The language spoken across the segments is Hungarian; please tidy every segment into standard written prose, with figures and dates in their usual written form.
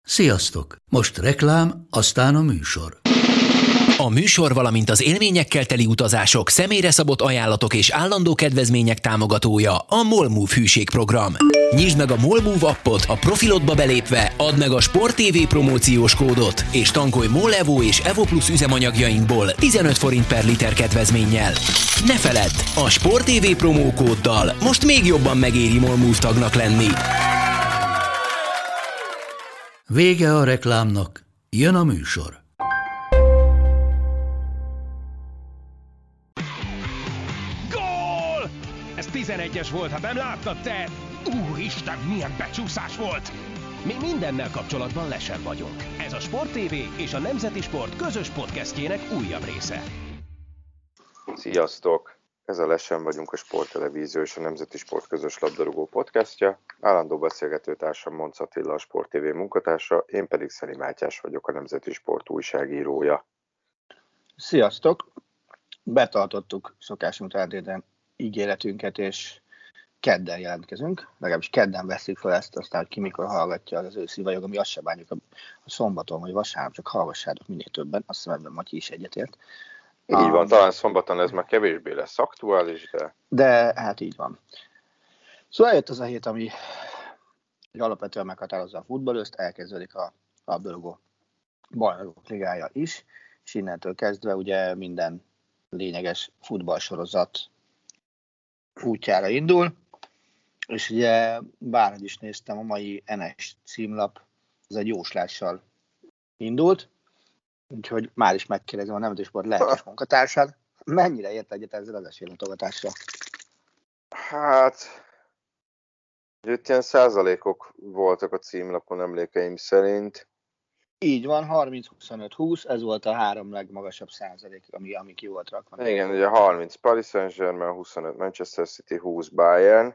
Sziasztok! Most reklám, aztán a műsor. A műsor, valamint az élményekkel teli utazások, személyre szabott ajánlatok és állandó kedvezmények támogatója a MOL Move hűségprogram. Nyisd meg a MOL Move appot, a profilodba belépve add meg a Sport TV promóciós kódot, és tankolj MOL Evo és Evo Plus üzemanyagjainkból 15 forint per liter kedvezménnyel. Ne feledd, a Sport TV promókóddal most még jobban megéri MOL Move tagnak lenni. Vége a reklámnak, jön a műsor. Gól! Ez 11-es volt, ha nem láttad te! Úristen, milyen becsúszás volt! Mi mindennel kapcsolatban lesen vagyunk. Ez a Sport TV és a Nemzeti Sport közös podcastjének újabb része. Sziasztok! Ez a Lesen vagyunk, a Sporttelevízió és a Nemzeti Sport közös labdarúgó podcastja. Állandó beszélgetőtársam Monc Attila, a Sport TV munkatársa, én pedig Szeli Mátyás vagyok, a Nemzeti Sport újságírója. Sziasztok! Betartottuk szokásunk ellentétben ígéretünket, és kedden jelentkezünk. Legalábbis kedden veszik fel ezt, aztán hogy ki mikor hallgatja az őszi vagyok, ami azt se bánjuk a szombaton vagy vasárnap, csak hallgassátok minél többen. Azt hiszem ebben Matyi is egyetért. Így van, talán szombaton ez már kevésbé lesz aktuális, de hát így van. Szóval eljött az a hét, ami alapvetően meghatározza a futballőzt, elkezdődik a labdarúgó bajnokok ligája is, és innentől kezdve ugye minden lényeges futballsorozat útjára indul, és ugye bárhogy is néztem, a mai NS címlap, ez egy jóslással indult, úgyhogy már is megkérdezem a Nemzeti Sport lelkes munkatársát, mennyire ért egyet ezzel az esélymutogatásra? Hát, itt ilyen százalékok voltak a címlapon emlékeim szerint. Így van, 30-25-20, ez volt a három legmagasabb százalék, ami ki volt rakva. Igen, ugye 30 Paris Saint-Germain, 25 Manchester City, 20 Bayern.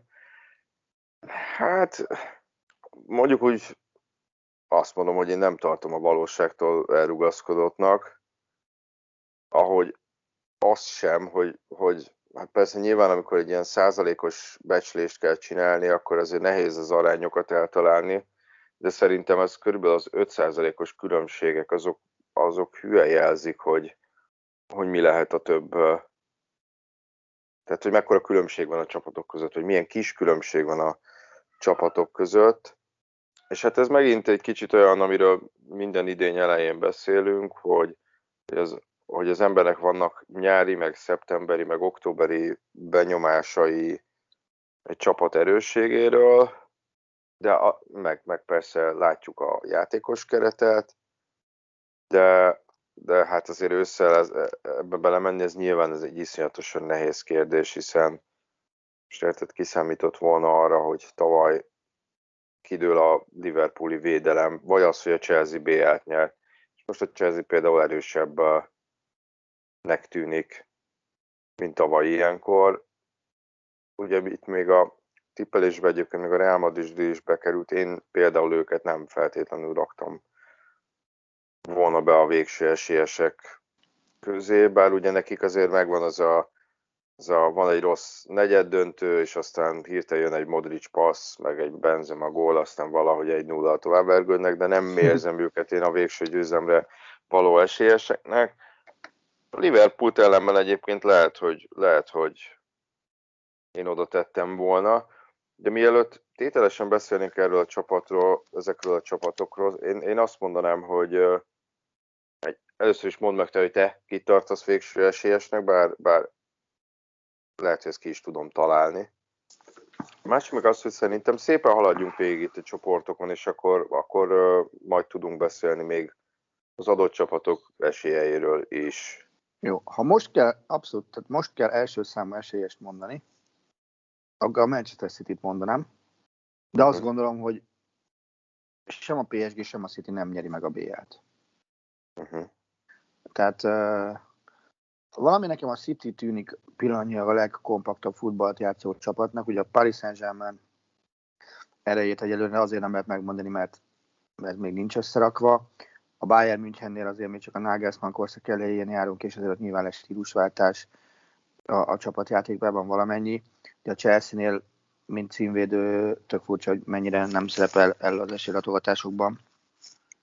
Hát, mondjuk úgy azt mondom, hogy én nem tartom a valóságtól elrugaszkodottnak, ahogy azt sem, hogy hát persze nyilván, amikor egy ilyen százalékos becslést kell csinálni, akkor azért nehéz az arányokat eltalálni, de szerintem ez körülbelül az 5%-os különbségek, azok hülye jelzik, hogy mi lehet a több. Tehát, hogy mekkora különbség van a csapatok között, hogy milyen kis különbség van a csapatok között. És hát ez megint egy kicsit olyan, amiről minden idény elején beszélünk, hogy az embernek vannak nyári, meg szeptemberi, meg októberi benyomásai egy csapat erősségéről, de meg persze látjuk a játékos keretet, de hát azért ősszel ebbe belemenni, ez nyilván ez egy iszonyatosan nehéz kérdés, hiszen most kiszámított volna arra, hogy tavaly kidől a liverpooli védelem, vagy az, hogy a Chelsea BL-t nyer. És most a Chelsea például erősebbnek tűnik, mint tavaly ilyenkor. Ugye itt még a tippelésbe egyébként még a Real Madrid is bekerült, én például őket nem feltétlenül raktam volna be a végső esélyesek közé, bár ugye nekik azért megvan van egy rossz negyeddöntő, és aztán hirtelen jön egy Modric passz, meg egy Benzema gól, aztán valahogy 1-0-al tovább ergődnek, de nem érzem őket én a végső győzelemre való esélyeseknek. A Liverpool ellenben egyébként lehet, hogy én oda tettem volna, de mielőtt tételesen beszélnénk erről a csapatról, ezekről a csapatokról, én azt mondanám, hogy először is mondd meg te, hogy te kit tartasz végső esélyesnek, bár lehet, hogy ezt ki is tudom találni. A másik meg az, hogy szerintem szépen haladjunk végig itt a csoportokon, és akkor majd tudunk beszélni még az adott csapatok esélyeiről is. Jó, ha most kell, abszolút, tehát most kell első számú esélyest mondani, akkor a Manchester City-t mondanám, de azt gondolom, hogy sem a PSG, sem a City nem nyeri meg a BL-t. Tehát valami nekem a City tűnik pillanatnyilag a legkompaktabb futballt játszó csapatnak, ugye a Paris Saint-Germain erejét egyelőre azért nem lehet megmondani, mert még nincs összerakva. A Bayern Münchennél azért még csak a Nagelsmann korszak elején járunk, és azért ott nyilván lesz stílusváltás a csapatjátékban valamennyi. De a Chelsea-nél, mint címvédő, tök furcsa, hogy mennyire nem szerepel el az esélylatolgatásokban.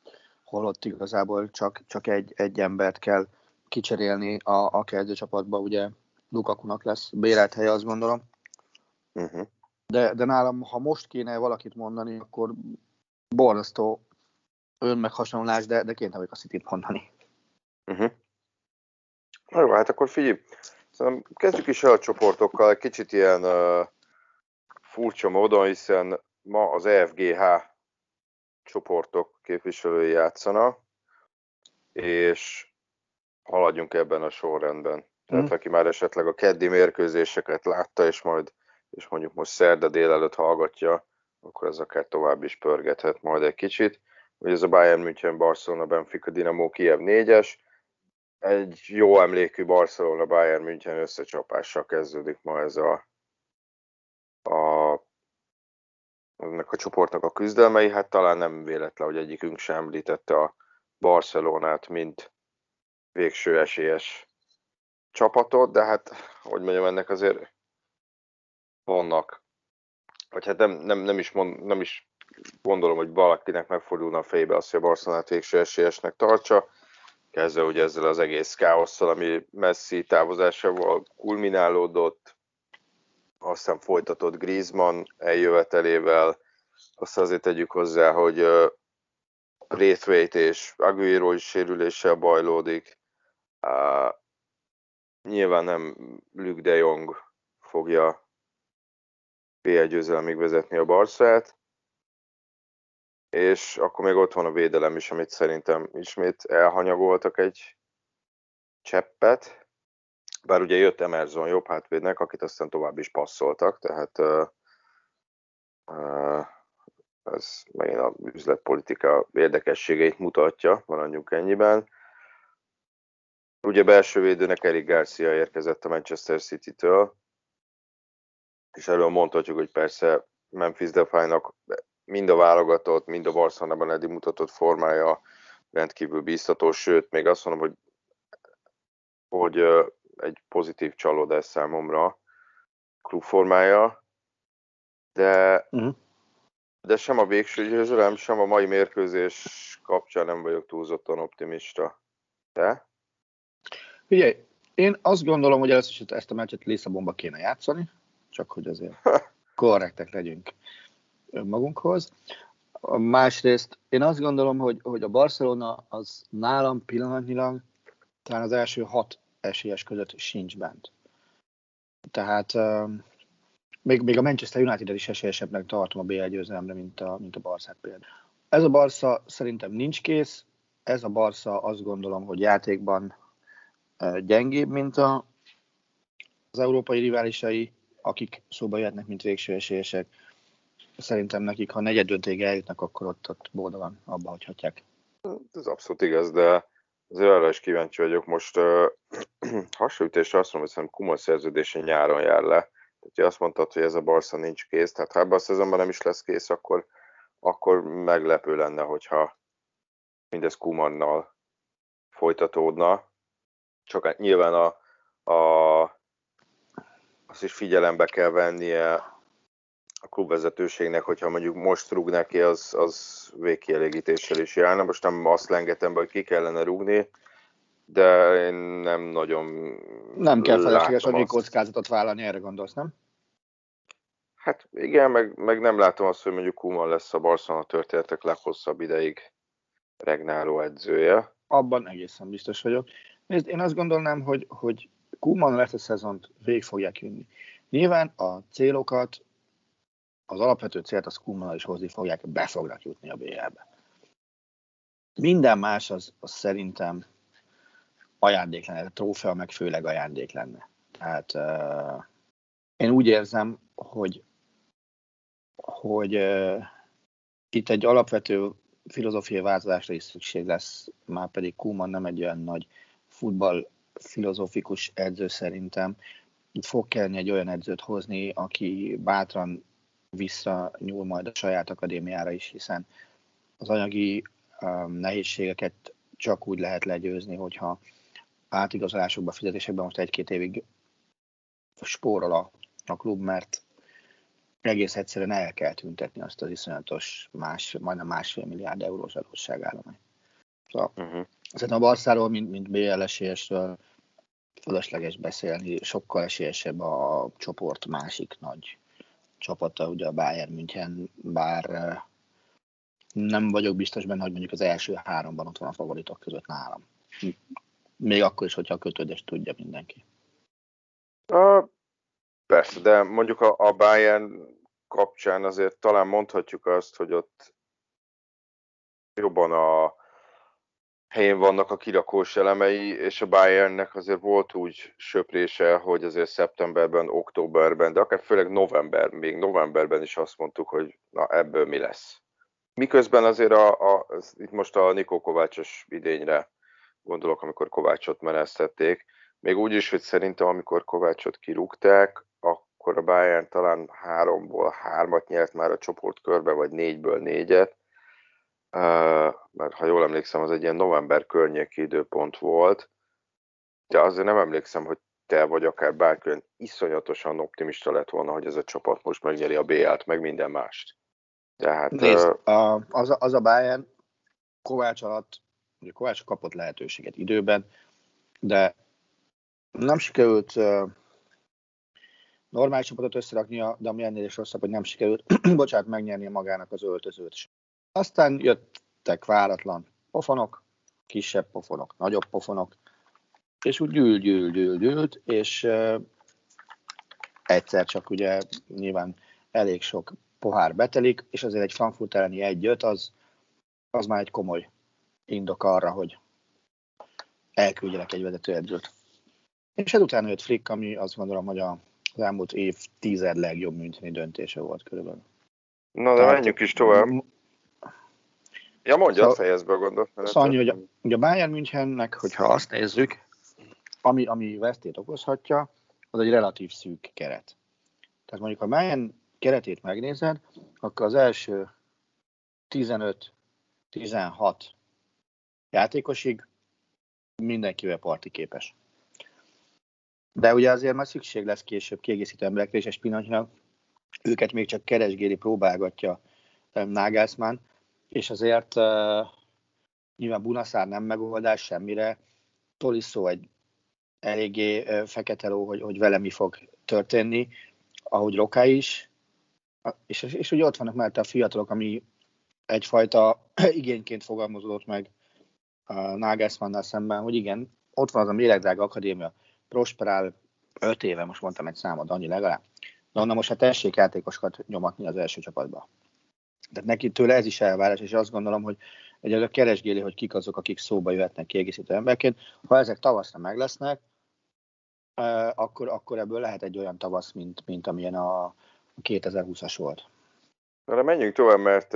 holott igazából csak egy embert kell kicserélni a kezdőcsapatba, ugye Lukakunak lesz bérelt helye, azt gondolom. Uh-huh. De nálam, ha most kéne valakit mondani, akkor borzasztó önmeghasonlás, de kéne vagyok a Cityt mondani. Uh-huh. Jó, hát akkor figyelj, kezdjük is el a csoportokkal, egy kicsit ilyen furcsa módon, hiszen ma az EFGH csoportok képviselői játszanak, és haladjunk ebben a sorrendben. Tehát aki már esetleg a keddi mérkőzéseket látta, és mondjuk most szerda délelőtt hallgatja, akkor az akár tovább is pörgethet majd egy kicsit. Ugye ez a Bayern München, Barcelona, Benfica, Dinamo Kiev 4-es. Egy jó emlékű Barcelona Bayern München összecsapással kezdődik ma ez ennek a csoportnak a küzdelmei. Hát talán nem véletlen, hogy egyikünk sem említette a Barcelonát, mint végső esélyes csapatot, de hát, hogy mondjam, ennek azért vannak, vagy hát nem is gondolom, hogy valakinek megfordulna a fejbe azt, hogy a Barcelonát végső esélyesnek tartsa, kezdve ugye ezzel az egész káosszal, ami Messi távozásával kulminálódott, aztán folytatott Griezmann eljövetelével, aztán azért tegyük hozzá, hogy Braithwaite és Aguero is sérüléssel bajlódik. Nyilván nem Luke de Jong fogja PL győzelemig vezetni a Barszát, és akkor még ott van a védelem is, amit szerintem ismét elhanyagoltak egy cseppet. Bár ugye jött Emerson jobb hátvédnek, akit aztán tovább is passzoltak, tehát ez megint a üzletpolitika érdekességeit mutatja, maradjunk ennyiben. Ugye belső védőnek Eric Garcia érkezett a Manchester City-től, és erről mondhatjuk, hogy persze Memphis Depaynak mind a válogatott, mind a Barcelonában eddig mutatott formája rendkívül bíztató, sőt, még azt mondom, hogy egy pozitív csalódás számomra klubformája, de sem a végső győzelem, sem a mai mérkőzés kapcsán nem vagyok túlzottan optimista. Te? Figyelj, én azt gondolom, hogy először is ezt a meccset Lisszabonba kéne játszani, csak hogy azért korrektek legyünk magunkhoz. Másrészt én azt gondolom, hogy a Barcelona az nálam pillanatnyilag talán az első 6 esélyes között sincs bent. Tehát még a Manchester United-et is esélyesebbnek tartom a BL győzelemre, mint a Barszát például. Ez a Barca szerintem nincs kész, ez a Barca azt gondolom, hogy játékban gyengébb, mint az európai riválisai, akik szóba jöhetnek, mint végső esélyesek. Szerintem nekik, ha negyed-döntéig eljutnak, akkor ott boldogan abba hagyhatják. Ez abszolút igaz, de azért arra is kíváncsi vagyok. Most hasonlítésre azt mondom, hogy szerintem Koeman szerződése nyáron jár le. Tehát azt mondtad, hogy ez a Barca nincs kész, tehát ha ebben a szezonban nem is lesz kész, akkor meglepő lenne, hogyha mindez Koemannal folytatódna. Csak nyilván azt is figyelembe kell vennie a klubvezetőségnek, hogyha mondjuk most rúg neki, az végkielégítéssel is járna. Most nem azt lengetem be, hogy ki kellene rúgni, de én nem nagyon nem kell felesleges annyi kockázatot vállalni, erre gondolsz, nem? Hát igen, meg nem látom azt, hogy mondjuk Koeman lesz a Barcelona történetek leghosszabb ideig regnáló edzője. Abban egészen biztos vagyok. Nézd, én azt gondolnám, hogy Koeman lesz a szezont végig fogják vinni. Nyilván a célokat, az alapvető célt az Koemannal is hozni fogják, be fognak jutni a BL-be. Minden más az szerintem ajándék lenne, a trófea meg főleg ajándék lenne. Tehát én úgy érzem, hogy itt egy alapvető filozófiai változásra is szükség lesz, már pedig Koeman nem egy olyan nagy futball filozófikus edző szerintem. Itt fog kellene egy olyan edzőt hozni, aki bátran visszanyúl majd a saját akadémiára is, hiszen az anyagi nehézségeket csak úgy lehet legyőzni, hogyha átigazolásokban, fizetésekben most 1-2 évig spórol a klub, mert egész egyszerűen el kell tüntetni azt az iszonyatos majdnem 1,5 milliárd eurós adósságállományt. Szóval szerintem a Barszáról, mint BL esélyesről fölösleges beszélni, sokkal esélyesebb a csoport másik nagy csapata, ugye a Bayern München, bár nem vagyok biztos benne, hogy mondjuk az első 3-ban ott van a favoritok között nálam. Még akkor is, hogyha a kötődést tudja mindenki. Persze, de mondjuk a Bayern kapcsán azért talán mondhatjuk azt, hogy ott jobban a helyén vannak a kirakós elemei, és a Bayernnek azért volt úgy söprése, hogy azért szeptemberben, októberben, de akár főleg még novemberben is azt mondtuk, hogy na ebből mi lesz. Miközben azért itt most a Niko Kovácsos idényre gondolok, amikor Kovácsot menesztették, még úgy is, hogy szerintem amikor Kovácsot kirúgták, akkor a Bayern talán 3-ból 3-at nyert már a csoportkörbe, vagy 4-ből 4-et, mert ha jól emlékszem, az egy ilyen november környéki időpont volt, de azért nem emlékszem, hogy te vagy akár bárki olyan iszonyatosan optimista lett volna, hogy ez a csapat most megnyeri a BL-t, meg minden mást. Tehát, nézd, az a Bayern Kovács alatt, ugye Kovács kapott lehetőséget időben, de nem sikerült normális csapatot összeraknia, de ami ennél is rosszabb, hogy nem sikerült, megnyernie magának az öltözőt. Aztán jöttek váratlan pofonok, kisebb pofonok, nagyobb pofonok, és úgy gyűlt, és egyszer csak ugye nyilván elég sok pohár betelik, és azért egy Frankfurt elleni 1-5, az már egy komoly indok arra, hogy elküldjenek egy vezetőedzőt. És utána jött Flick, ami azt gondolom, hogy az elmúlt év 10 legjobb müncheni döntése volt körülbelül. Na, de menjünk is tovább. Ja, mondja, fejezd be a gondot. Szóval annyi, hogy a Bayern Münchennek, hogyha azt nézzük, ami vesztét okozhatja, az egy relatív szűk keret. Tehát mondjuk, ha Bayern keretét megnézed, akkor az első 15-16 játékosig mindenkivel partiképes. De ugye azért már szükség lesz később kiegészítő emberekre, és pillanatnyilag őket még csak keresgéli, próbálgatja Nagelsmann, és azért nyilván Bunaszár nem megoldás semmire, Tolisso egy eléggé fekete ló, hogy vele mi fog történni, ahogy Roka is, és ugye ott vannak mellette a fiatalok, ami egyfajta igényként fogalmazódott meg Nagelsmannnal szemben, hogy igen, ott van az a méregdrága akadémia, prosperál 5 éve, most mondtam egy számot, annyi legalább. De onnan most hát tessék játékosokat nyomatni az első csapatba. Tehát neki tőle ez is elvárás, és azt gondolom, hogy egyelőre keresgéli, hogy kik azok, akik szóba jöhetnek kiegészítő emberként. Ha ezek tavaszra meg lesznek, akkor ebből lehet egy olyan tavasz, mint amilyen a 2020-as volt. Arra menjünk tovább, mert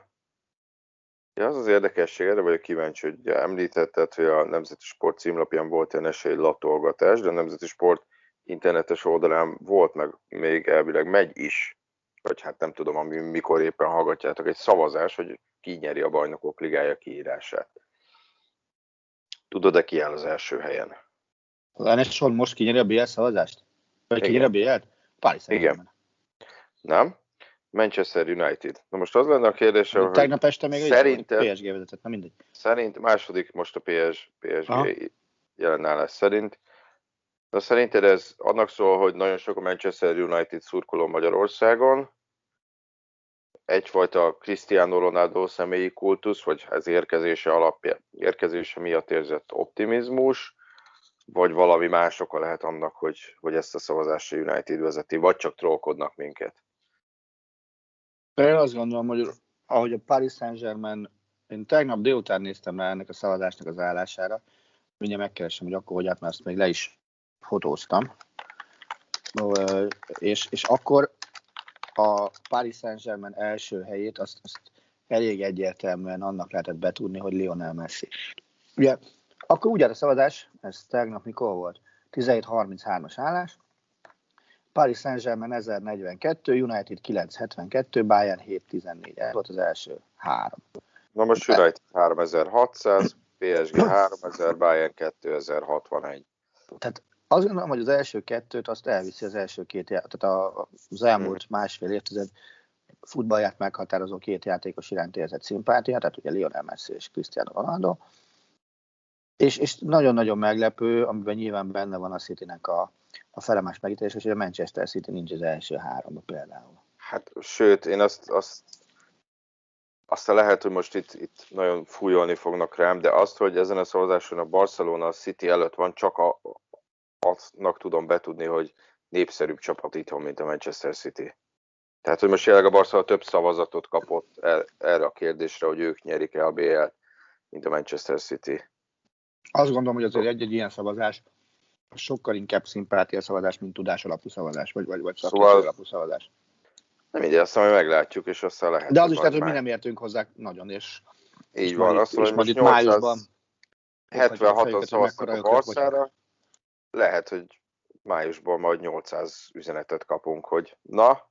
az érdekesség, erre vagyok kíváncsi, hogy említetted, hogy a Nemzeti Sport címlapján volt ilyen esélylatolgatás, de a Nemzeti Sport internetes oldalán volt, meg még elvileg megy is, vagy hát nem tudom, mikor éppen hallgatjátok, egy szavazás, hogy ki nyeri a Bajnokok Ligája kiírását. Tudod-e, ki áll az első helyen? Az NHL most kinyeri a BL szavazást? Vagy kinyeri a BL-t? Paris Saint-Germain. Nem? Manchester United. Na most az lenne a kérdése, hogy tegnap este még szerinted, PSG vezetett, na mindegy. Szerint második most a PSG jelenállás szerint. De szerinted ez annak szól, hogy nagyon sok a Manchester United szurkoló Magyarországon, egyfajta Cristiano Ronaldo személyi kultusz, vagy ez érkezése miatt érzett optimizmus, vagy valami más oka lehet annak, hogy ezt a szavazást a United vezeti, vagy csak trollkodnak minket? Én azt gondolom, hogy ahogy a Paris Saint-Germain, én tegnap délután néztem rá ennek a szavazásnak az állására, mindjárt megkeresem, hogy akkor hogy mert azt még le is fotóztam, és akkor a Paris Saint-Germain első helyét azt elég egyértelműen annak lehetett betudni, hogy Lionel Messi. Ugye, akkor úgy állt a szavazás, ez tegnap mikor volt? 17-33-as állás, Paris Saint-Germain 1042, United 972, Bayern 714. Ez volt az első 3. Na most United 3600, PSG 3000, Bayern 2061. Tehát azt gondolom, hogy az első kettőt azt elviszi az első két, tehát az elmúlt másfél évtized futballját meghatározó két játékos iránt érzett szimpátia, tehát ugye Lionel Messi és Cristiano Ronaldo. És nagyon-nagyon meglepő, amiben nyilván benne van a Citynek a felemás megítélés, hogy a Manchester City nincs az első háromba például. Hát, sőt, én azt lehet, hogy most itt nagyon fújolni fognak rám, de azt, hogy ezen a szavazáson a Barcelona a City előtt van, csak aznak tudom betudni, hogy népszerűbb csapat itthon, mint a Manchester City. Tehát, hogy most jelenleg a Barcelona több szavazatot kapott erre a kérdésre, hogy ők nyerik el a BL-t, mint a Manchester City. Azt gondolom, hogy azért egy ilyen szavazás sokkal inkább szimpátia szavazás, mint tudás alapú szavazás, vagy szakértő alapú szavazás. Nem így, aztán majd meglátjuk, és aztán lehet. De az is lehet, hogy mi nem értünk hozzá nagyon, és így van, azt mondom, hogy most májusban 76-an szavaztak a Barszára, lehet, hogy májusban majd 800 üzenetet kapunk, hogy na,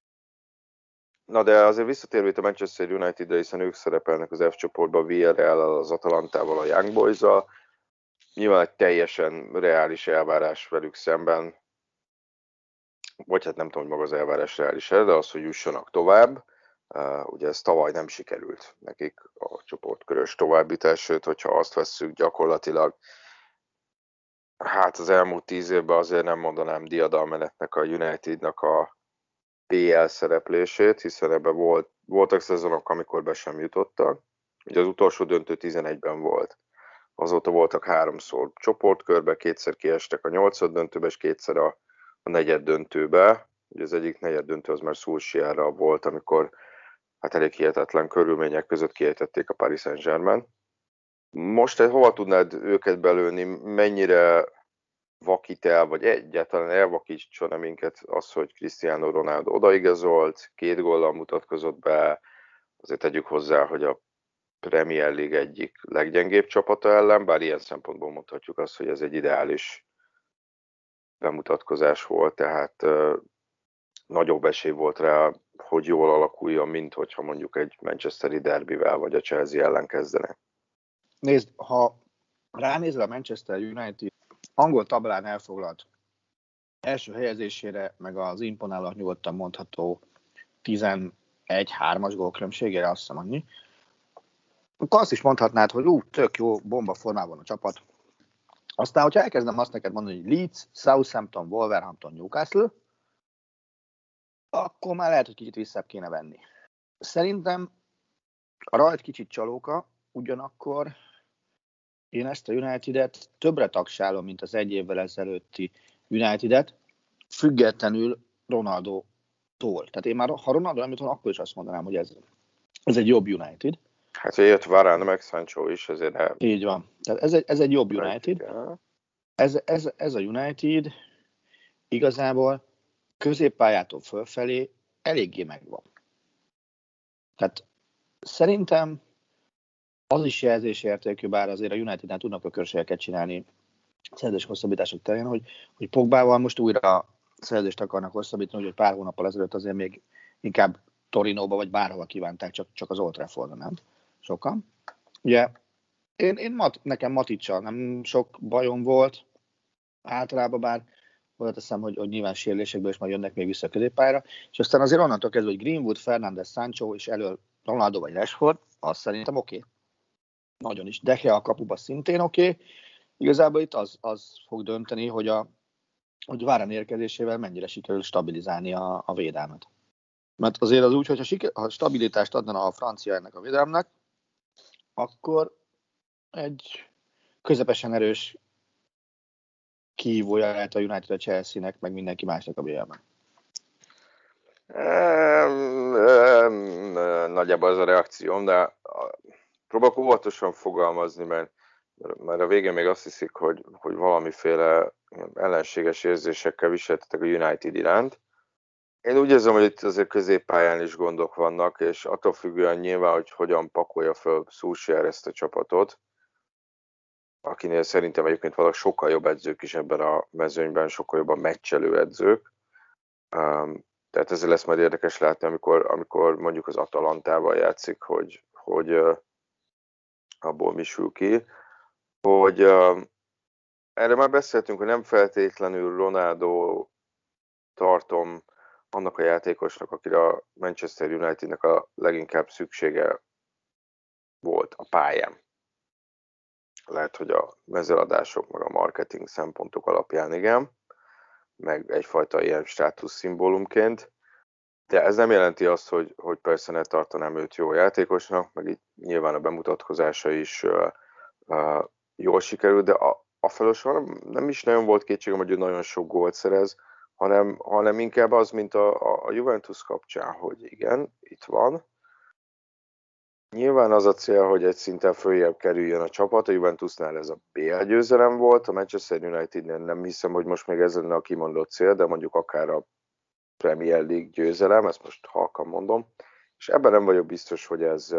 de azért visszatérve itt a Manchester United-re, hiszen ők szerepelnek az F csoportban, Villarreal-al, az Atalantával, a Young Boys-al. Nyilván egy teljesen reális elvárás velük szemben, vagy hát nem tudom, hogy maga az elvárás reális, de az, hogy jussanak tovább. Ugye ez tavaly nem sikerült nekik a csoportkörös továbbjutás, sőt, hogyha azt vesszük gyakorlatilag, hát az elmúlt 10 évben azért nem mondanám diadalmenetnek a Unitednak a BL szereplését, hiszen ebben voltak szezonok, amikor be sem jutottak. Ugye az utolsó döntő 11-ben volt. Azóta voltak 3-szor csoportkörbe, 2-szer kiestek a 8. döntőbe, és 2-szer a 4. döntőbe. Ugye az egyik 4. döntő az már Solskjaerrel volt, amikor hát elég hihetetlen körülmények között kiejtették a Paris Saint-Germain. Most hova tudnád őket belőni, mennyire vakít el, vagy egyáltalán elvakítson-e minket az, hogy Cristiano Ronaldo odaigazolt, 2 góllal mutatkozott be, azért tegyük hozzá, hogy a Premier League egyik leggyengébb csapata ellen, bár ilyen szempontból mondhatjuk azt, hogy ez egy ideális bemutatkozás volt, tehát nagyobb esély volt rá, hogy jól alakuljon, mint hogyha mondjuk egy Manchesteri derbivel vagy a Chelsea ellen kezdenek. Nézd, ha ránézel a Manchester United angol tabelán elfoglalt első helyezésére, meg az imponálóan nyugodtan mondható 11-3-as gólkülönbségére, azt hiszem annyi, akkor azt is mondhatnád, hogy tök jó, bomba formában a csapat. Aztán, hogyha elkezdem azt neked mondani, hogy Leeds, Southampton, Wolverhampton, Newcastle, akkor már lehet, hogy kicsit vissza kéne venni. Szerintem a rajt kicsit csalóka, ugyanakkor én ezt a United-et többre tagsálom, mint az 1 évvel ezelőtti United-et, függetlenül Ronaldo-tól. Tehát én már, ha Ronaldo nem jutott, akkor is azt mondanám, hogy ez egy jobb United. Hát jött Varane meg Sancho is, ezért nem. Így van. Tehát ez egy jobb United. Ez a United igazából középpályától fölfelé eléggé megvan. Tehát szerintem az is jelzésértékű, bár azért a Unitednál tudnak a körségeket csinálni szerződés hosszabbítások terén, hogy Pogbával most újra szerződést akarnak hosszabbítani, hogy pár hónappal ezelőtt azért még inkább Torinóba vagy bárhova kívánták, csak az Old Traffordra nem. Sokan. Ugye, nekem Maticsal nem sok bajom volt, általában bár hozzáteszem, hogy nyilván sérülésekből is majd jönnek még vissza a középpályára, és aztán azért onnantól kezdve, hogy Greenwood, Fernandes, Sancho és elől Ronaldo vagy Rashford, azt szerintem oké. Nagyon is. De Gea a kapuba szintén oké. Igazából itt az fog dönteni, hogy Varane érkezésével mennyire sikerül stabilizálni a védelmet. Mert azért az úgy, hogyha stabilitást adna a francia ennek a védelemnek, akkor egy közepesen erős kihívója lehet a United, a Chelsea-nek, meg mindenki másnak a BL-ben. Nagyjából ez a reakcióm, de próbálok óvatosan fogalmazni, mert a végén még azt hiszik, hogy valamiféle ellenséges érzésekkel viseltetek a United iránt. Én úgy érzem, hogy itt azért középpályán is gondok vannak, és attól függően nyilván, hogy hogyan pakolja föl Solskjaer ezt a csapatot, akinél szerintem egyébként vannak sokkal jobb edzők is ebben a mezőnyben, sokkal jobban meccselő edzők. Tehát ezzel lesz majd érdekes látni, amikor mondjuk az Atalantával játszik, hogy abból mi sül ki. Hogy erre már beszéltünk, hogy nem feltétlenül Ronaldo tartom annak a játékosnak, akire a Manchester Unitednek a leginkább szüksége volt a pályán. Lehet, hogy a vezéladások, meg a marketing szempontok alapján igen, meg egyfajta ilyen státuszszimbólumként, de ez nem jelenti azt, hogy persze ne tartanám őt jó játékosnak, meg így nyilván a bemutatkozása is jól sikerült, de afelől soha nem is nagyon volt kétségem, hogy ő nagyon sok gólt szerez, hanem inkább az, mint a Juventus kapcsán, hogy igen, itt van. Nyilván az a cél, hogy egy szinten följebb kerüljön a csapat, a Juventusnál ez a BL győzelem volt, a Manchester Unitednél nem hiszem, hogy most még ez lenne a kimondott cél, de mondjuk akár a Premier League győzelem, ezt most halkan mondom, és ebben nem vagyok biztos, hogy ez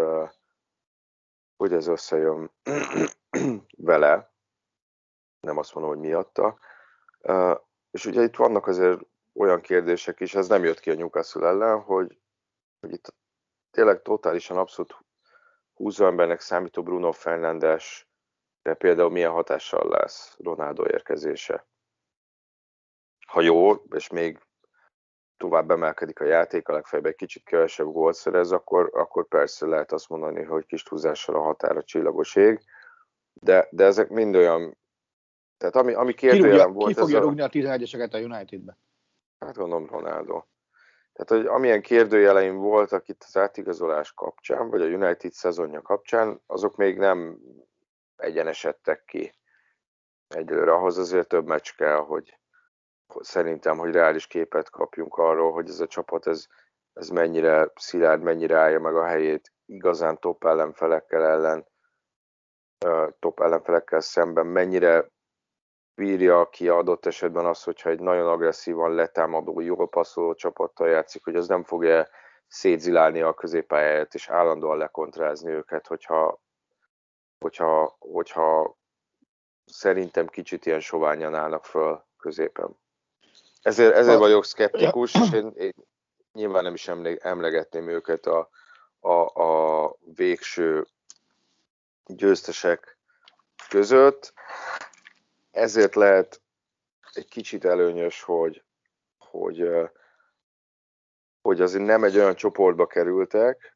összejön vele, nem azt mondom, hogy miatta. És ugye itt vannak azért olyan kérdések is, ez nem jött ki a Newcastle ellen, hogy itt tényleg totálisan abszolút húzó embernek számító Bruno Fernandes, de például milyen hatással lesz Ronaldo érkezése. Ha jó, és még tovább emelkedik a játék, a legfeljebb egy kicsit kevesebb gólt szerez, akkor persze lehet azt mondani, hogy kis túlzással a határa csillagos ég, de ezek mind olyan, tehát ami kérdőjelem volt... Ki fogja rúgni a 11-eseket a Unitedbe? Hát gondolom Ronaldo. Tehát, hogy amilyen kérdőjeleim voltak itt az átigazolás kapcsán, vagy a United szezonja kapcsán, azok még nem egyenesedtek ki. Egyelőre ahhoz azért több meccs kell, hogy szerintem, hogy reális képet kapjunk arról, hogy ez a csapat ez mennyire szilárd, mennyire állja meg a helyét igazán top ellenfelekkel szemben, mennyire bírja ki adott esetben az, hogyha egy nagyon agresszívan letámadó, jól passzoló csapattal játszik, hogy az nem fogja szétzilálni a középpályáját és állandóan lekontrázni őket, hogyha szerintem kicsit ilyen soványan állnak föl középen. Ezért vagyok szkeptikus, és én nyilván nem is emlegetném őket a végső győztesek között. Ezért lehet egy kicsit előnyös, hogy azért nem egy olyan csoportba kerültek,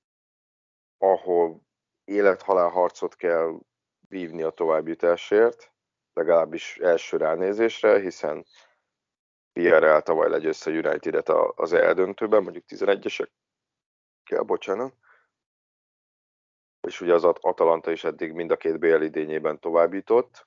ahol élet-halál harcot kell vívni a továbbjutásért, legalábbis első ránézésre, hiszen Villarreal tavaly legyőzte a United-et az eldöntőben, mondjuk 11-esekkel, bocsánat. És ugye az Atalanta is eddig mind a két BL idényében továbbjutott,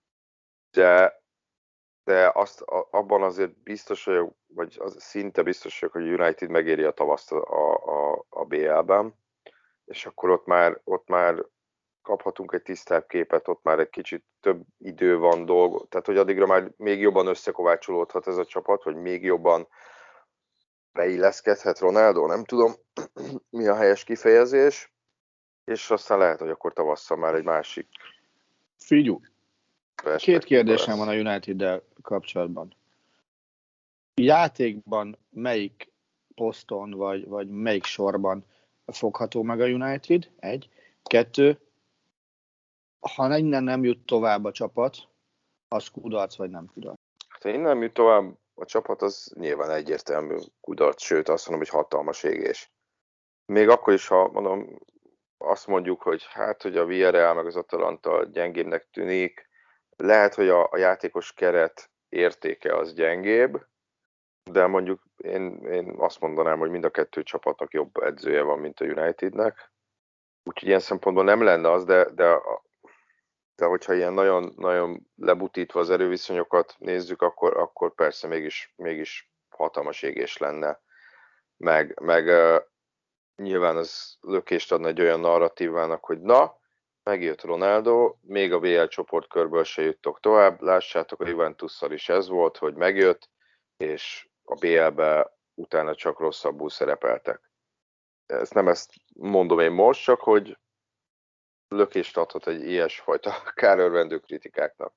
de abban azért biztos vagyok, vagy szinte biztos vagyok, hogy a United megéri a tavaszt a BL-ben, és akkor ott már kaphatunk egy tisztább képet, ott már egy kicsit több idő van dolgok, tehát hogy addigra már még jobban összekovácsolódhat ez a csapat, vagy még jobban beilleszkedhet Ronaldo, nem tudom mi a helyes kifejezés, és aztán lehet, hogy akkor tavasszal már egy másik. Figyú, 2 kérdésem van a United-del kapcsolatban. Játékban melyik poszton, vagy melyik sorban fogható meg a United? 1. 2. Ha innen nem jut tovább a csapat, az kudarc vagy nem kudarc? Ha innen nem jut tovább a csapat, az nyilván egyértelmű kudarc, sőt azt mondom, hogy hatalmas égés. Még akkor is, ha mondom, azt mondjuk, hogy hogy a Villarreal meg az Atalanta gyengébbnek tűnik, lehet, hogy a játékos keret értéke az gyengébb, de mondjuk én azt mondanám, hogy mind a 2 csapatnak jobb edzője van, mint a Unitednek. Úgyhogy ilyen szempontból nem lenne az, de hogyha ilyen nagyon, nagyon lebutítva az erőviszonyokat nézzük, akkor persze mégis hatalmas égés lenne. Meg nyilván az lökést adna egy olyan narratívának, hogy megjött Ronaldo, még a BL csoportkörből se juttok tovább, lássátok, a Juventusszal is ez volt, hogy megjött, és a BL-be utána csak rosszabbul szerepeltek. Ezt mondom én most, csak hogy lökést adhat egy ilyesfajta kárörvendő kritikáknak.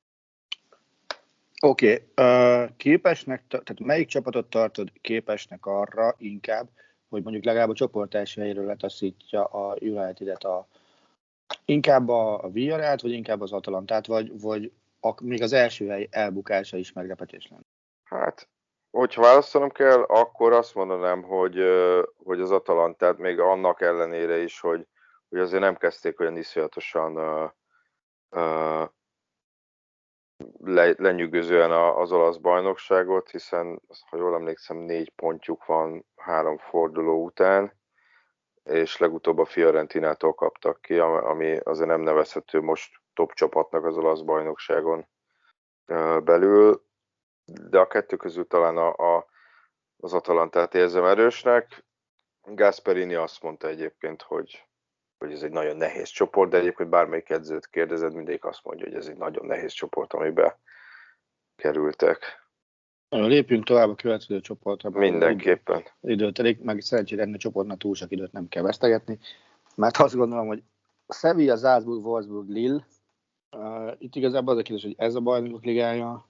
Oké. Képesnek, tehát melyik csapatot tartod képesnek arra inkább, hogy mondjuk legalább a csoport első helyéről letaszítja a United-et inkább a Villarrealt, vagy inkább az Atalantát, vagy még az első hely elbukása is meglepetés lenne? Hát, hogyha választanom kell, akkor azt mondanám, hogy az Atalantát még annak ellenére is, hogy azért nem kezdték olyan iszonyatosan lenyűgözően az olasz bajnokságot, hiszen, ha jól emlékszem, 4 pontjuk van 3 forduló után, és legutóbb a Fiorentinától kaptak ki, ami azért nem nevezhető most top csapatnak az olasz bajnokságon belül, de a kettő közül talán az Atalantát érzem erősnek. Gasperini azt mondta egyébként, hogy ez egy nagyon nehéz csoport, de egyébként bármelyik edzőt kérdezed, mindegyik azt mondja, hogy ez egy nagyon nehéz csoport, amiben kerültek. Lépjünk tovább a következő csoportra. Mindenképpen. Idő telik, meg szerencsére ennél a csoportnak túl sok időt nem kell vesztegetni, mert azt gondolom, hogy Sevilla, Salzburg, Wolfsburg, Lille, itt igazából az a kérdés, hogy ez a bajnokok ligája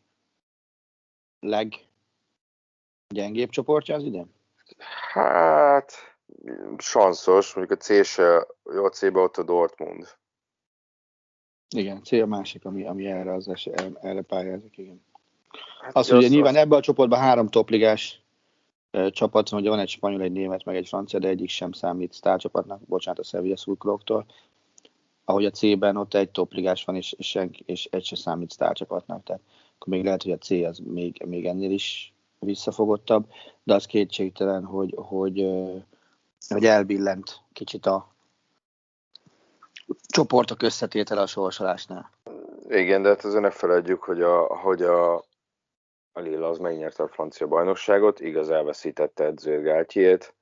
leggyengébb csoportja az idén? Hát, sanszos, mondjuk a C-be ott a Dortmund. Igen, C a másik, ami erre pályázik, igen. Hát az, hogy nyilván ebben a csoportban 3 topligás csapat van, ugye van egy spanyol, egy német, meg egy francia, de egyik sem számít sztárcsapatnak, bocsánat a Sevilla szurkolóktól. Ahogy a C-ben ott egy topligás van, és egy sem számít sztárcsapatnak, tehát akkor még lehet, hogy a C az még ennél is visszafogottabb, de az kétségtelen, hogy elbillent kicsit a csoportok összetétele a sorsolásnál. Igen, de hát azért ne feledjük, hogy a Lille az megnyerte a francia bajnokságot, igaz elveszítette edzőjét, Galtiét.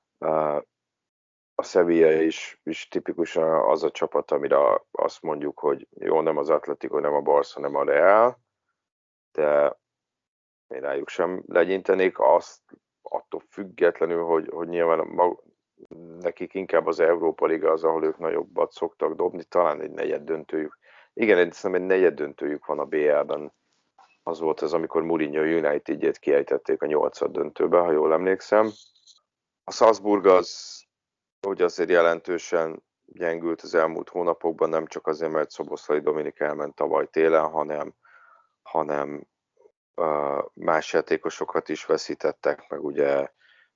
A Sevilla is tipikusan az a csapat, amire azt mondjuk, hogy jó, nem az Atletico, nem a Barca, nem a Real, de én rájuk sem legyintenék, azt attól függetlenül, hogy nyilván nekik inkább az Európa Liga az, ahol ők nagyobbat szoktak dobni, talán egy negyed döntőjük. Igen, egy negyed döntőjük van a BL-ben. Az volt az, amikor Mourinho United-jét kiejtették a 8. döntőbe, ha jól emlékszem. A Salzburg az ugye azért jelentősen gyengült az elmúlt hónapokban, nem csak azért, mert Szoboszlai Dominik elment tavaly télen, hanem más játékosokat is veszítettek, meg ugye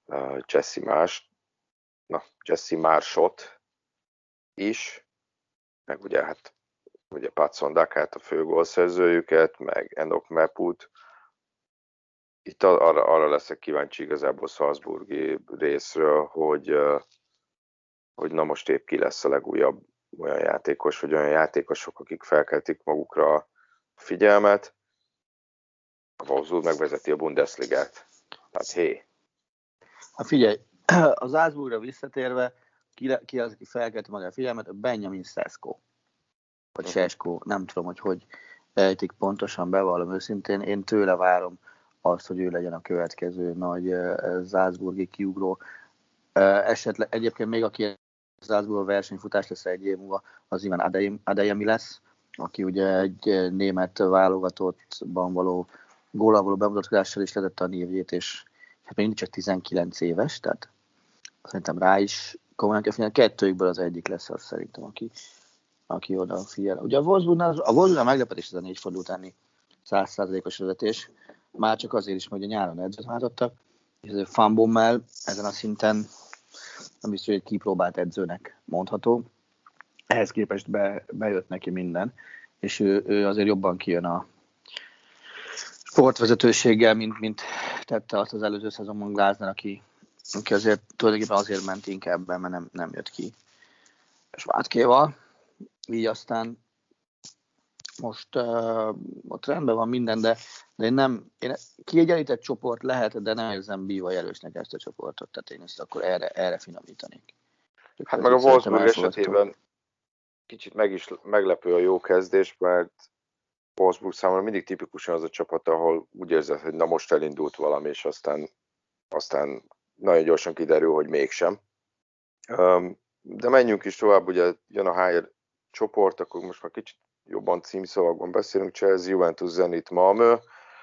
Jesse Marsot is, meg ugye Patson Dakát, a fő gólszerzőjüket, meg Enoch Meput. Itt arra leszek kíváncsi igazából Salzburgi részről, hogy na most épp ki lesz a legújabb olyan játékos, vagy olyan játékosok, akik felkeltik magukra a figyelmet. A Wolfsburg megvezeti a Bundesligát. Hát Figyelj, az Salzburgra visszatérve, ki az, aki felkelti maga a figyelmet? Benjamin Sesko. Vagy Sesko, nem tudom, hogy ejtik pontosan, bevallom őszintén. Én tőle várom azt, hogy ő legyen a következő nagy salzburgi kiugró. Esetleg egyébként még aki Salzburg versenyfutás lesz egy év múlva, az Ivan Adeyemi lesz, aki ugye egy német válogatottban való góllal való bemutatkozással is letette a névjét, és hát még csak 19 éves, tehát szerintem rá is komolyan kell figyelni. Kettőjükből az egyik lesz az szerintem, aki oda figyel. Ugye a Wolfsburgnál meglepetés ez a 4 forduló utáni 100%-os vezetés, már csak azért is, hogy a nyáron edzőt váltottak, és azért Van Bommel ezen a szinten nem biztos, hogy egy kipróbált edzőnek mondható. Ehhez képest bejött neki minden, és ő azért jobban kijön a sportvezetőséggel, mint tette azt az előző szezonban Glasner, aki azért tulajdonképpen azért ment inkább be, mert nem jött ki Svátkéval. Így aztán most ott rendben van minden, de én kiegyenlített csoport lehet, de nem érzem bívaj erősnek ezt a csoportot, tehát én ezt akkor erre finomítanék. Hát meg a Wolfsburg esetében kicsit meglepő a jó kezdés, mert Wolfsburg számára mindig tipikusan az a csapat, ahol úgy érzed, hogy na most elindult valami, és aztán nagyon gyorsan kiderül, hogy mégsem. De menjünk is tovább, ugye jön a Higher csoport, akkor most már kicsit jobban címszavakban beszélünk, Chelsea, Juventus, Zenit, Malmö.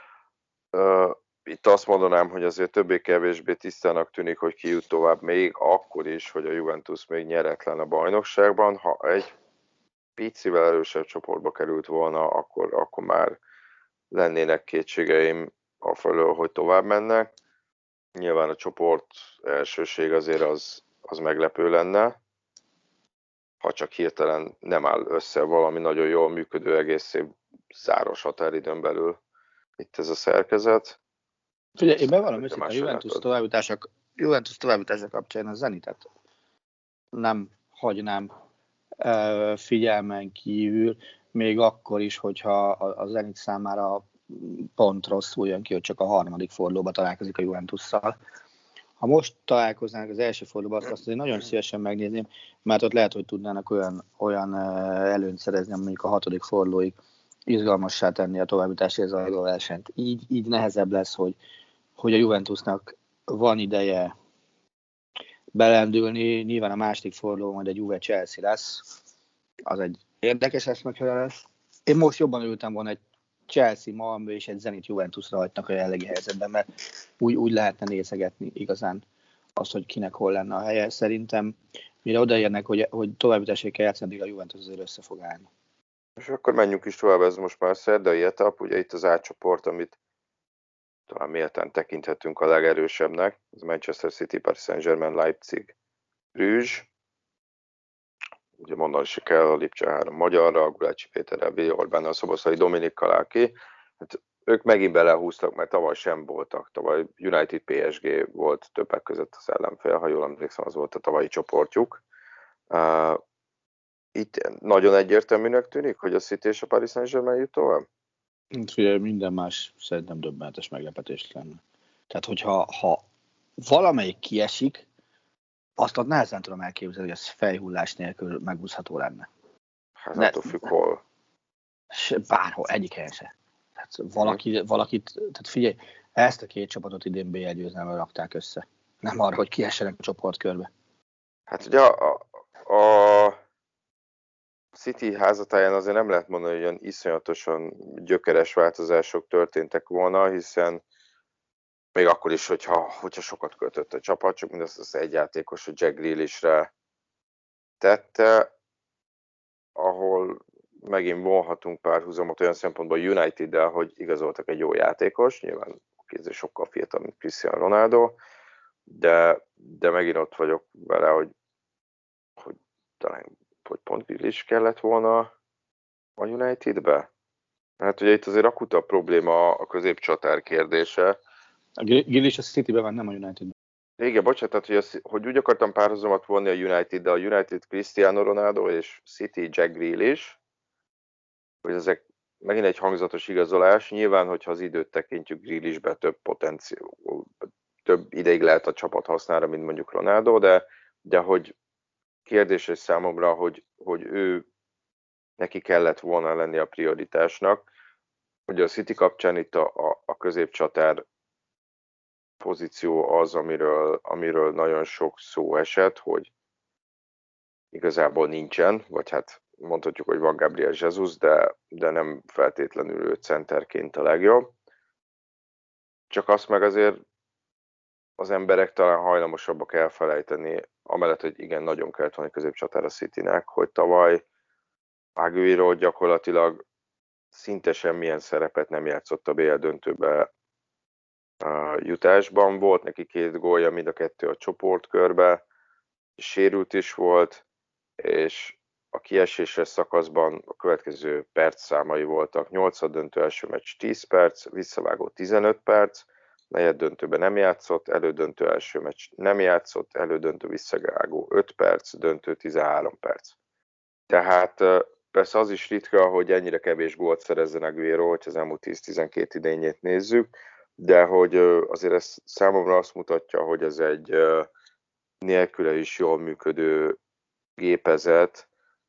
Itt azt mondanám, hogy azért többé-kevésbé tisztának tűnik, hogy ki jut tovább, még akkor is, hogy a Juventus még nyeretlen a bajnokságban. Ha egy picivel erősebb csoportba került volna, akkor már lennének kétségeim afelől, hogy tovább mennek. Nyilván a csoport elsőség azért az meglepő lenne. ha csak hirtelen nem áll össze valami nagyon jól működő egészé záros határidőn belül itt ez a szerkezet. Figyelj, én bevallom őszintén, a Juventus továbbjutása kapcsán a Zenitet nem hagynám figyelmen kívül, még akkor is, hogyha a Zenit számára pont rosszul jön ki, hogy csak a harmadik fordulóba találkozik a Juventusszal. Ha most találkoznának az első fordulóban, azt azért nagyon szívesen megnézném, mert ott lehet, hogy tudnának olyan előnyt szerezni, mondjuk a hatodik fordulóig izgalmassá tenni a továbbjutásért a versenyt. Így nehezebb lesz, hogy a Juventusnak van ideje belendülni. Nyilván a második forduló majd egy Juve-Chelsea lesz. Az egy érdekes eszmecsere lesz. Én most jobban ültem volna egy Chelsea, Malmö és egy Zenit Juventusra hagynak a jelenlegi helyzetben, mert úgy lehetne nézegetni igazán azt, hogy kinek hol lenne a helye. Szerintem mire odaérnek, hogy továbbjutásért kell játszani, a Juventus azért össze fog állni. És akkor menjünk is tovább, ez most már a szerdai etap, ugye itt az átcsoport, amit talán méltán tekinthetünk a legerősebbnek, az Manchester City, Paris Saint-Germain, Leipzig, Bruges. Ugye mondani se kell, a Lipcse 3 magyarra, Gulácsi Péterrel, Vili Orbánnal, Szoboszlai Dominikkal áll ki. Hát ők megint belehúztak, mert tavaly sem voltak. Tavaly United PSG volt többek között az ellenfél, ha jól emlékszem, az volt a tavalyi csoportjuk. Itt nagyon egyértelműnek tűnik, hogy a City és a Paris Saint-Germain jut tovább? Figyelj, minden más szerintem döbbenetes meglepetés lenne. Tehát, hogyha valamelyik kiesik, azt nehezen tudom elképzelni, hogy ez fejhullás nélkül megúszható lenne. Hát attól függ hol. Bárhol, egyik helyen se. Tehát valakit, tehát figyelj, ezt a két csapatot idén BL győzelemmel rakták össze. Nem arra, hogy kiessenek a csoportkörbe. Hát ugye a City házatáján azért nem lehet mondani, hogy olyan iszonyatosan gyökeres változások történtek volna, hiszen még akkor is, hogyha sokat költött a csapat, csak mindezt az egy játékos, a Jack Grealishre tette, ahol megint vonhatunk párhuzamot olyan szempontból United-del, hogy igazoltak egy jó játékos, nyilván ez sokkal fiatalabb, mint Cristiano Ronaldo, de megint ott vagyok vele, hogy talán hogy pont Grealish kellett volna a Unitedbe. Hát ugye itt azért akutabb probléma a középcsatár kérdése. A Grealish a Citybe van, nem a Unitedbe. Igen, bocsánat, hogy úgy akartam párhuzamat vonni a United, de a United Cristiano Ronaldo és City Jack Grealish, hogy ezek megint egy hangzatos igazolás. Nyilván, hogyha az időt tekintjük, Grealishbe több ideig lehet a csapat hasznára, mint mondjuk Ronaldo, de hogy kérdéses számomra, hogy ő neki kellett volna lenni a prioritásnak. Ugye a City kapcsán itt a középcsatár pozíció az, amiről nagyon sok szó esett, hogy igazából nincsen, vagy hát mondhatjuk, hogy van Gabriel Jesus, de nem feltétlenül ő centerként a legjobb. Csak azt meg azért az emberek talán hajlamosabbak elfelejteni, amellett, hogy igen, nagyon kellett volna középcsatár a Citynek, hogy tavaly Agüero gyakorlatilag szinte semmilyen szerepet nem játszott a BL döntőbe jutásban. Volt neki 2 gólja, mind a 2 a csoportkörbe, sérült is volt, és a kieséses szakaszban a következő percszámai voltak. 8. döntő első meccs 10 perc, visszavágó 15 perc, negyed döntőben nem játszott, elődöntő első meccs nem játszott, elődöntő visszavágó 5 perc, döntő 13 perc. Tehát persze az is ritka, hogy ennyire kevés gólt szerezzen Agüero, hogy az elmúlt 10-12 idényét nézzük, de hogy azért ez számomra azt mutatja, hogy ez egy nélküle is jól működő gépezet,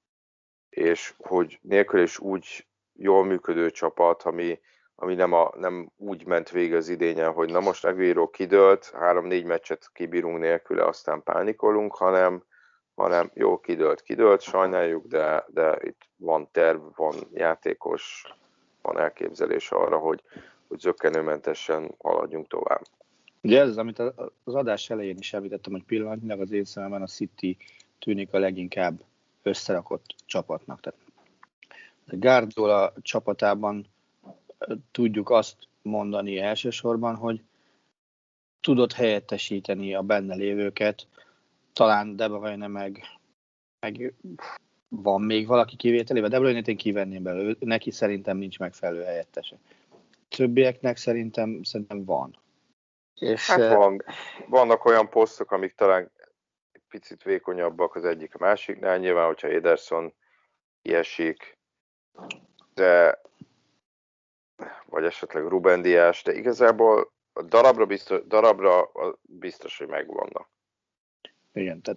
és hogy nélküle is úgy jól működő csapat, ami nem úgy ment végig az idényen, hogy na most Agüero kidőlt, 3-4 meccset kibírunk nélküle, aztán pánikolunk, hanem jó, kidőlt, sajnáljuk, de itt van terv, van játékos, van elképzelés arra, hogy zökkenőmentesen haladjunk tovább. Ugye ez az, amit az adás elején is említettem, hogy pillanatnyilag az én szememben a City tűnik a leginkább összerakott csapatnak. Tehát a Guardiola csapatában tudjuk azt mondani elsősorban, hogy tudott helyettesíteni a benne lévőket, talán De Bruyne meg van még valaki kivételével? De Bruyne-t én kivenném belőle, neki szerintem nincs megfelelő helyettese. Többieknek szerintem van. És, Hát vannak olyan posztok, amik talán picit vékonyabbak az egyik a másiknál, nyilván, hogyha Ederson kiesik, de vagy esetleg Ruben Dias, de igazából a darabra biztos, hogy megvannak. Igen, tehát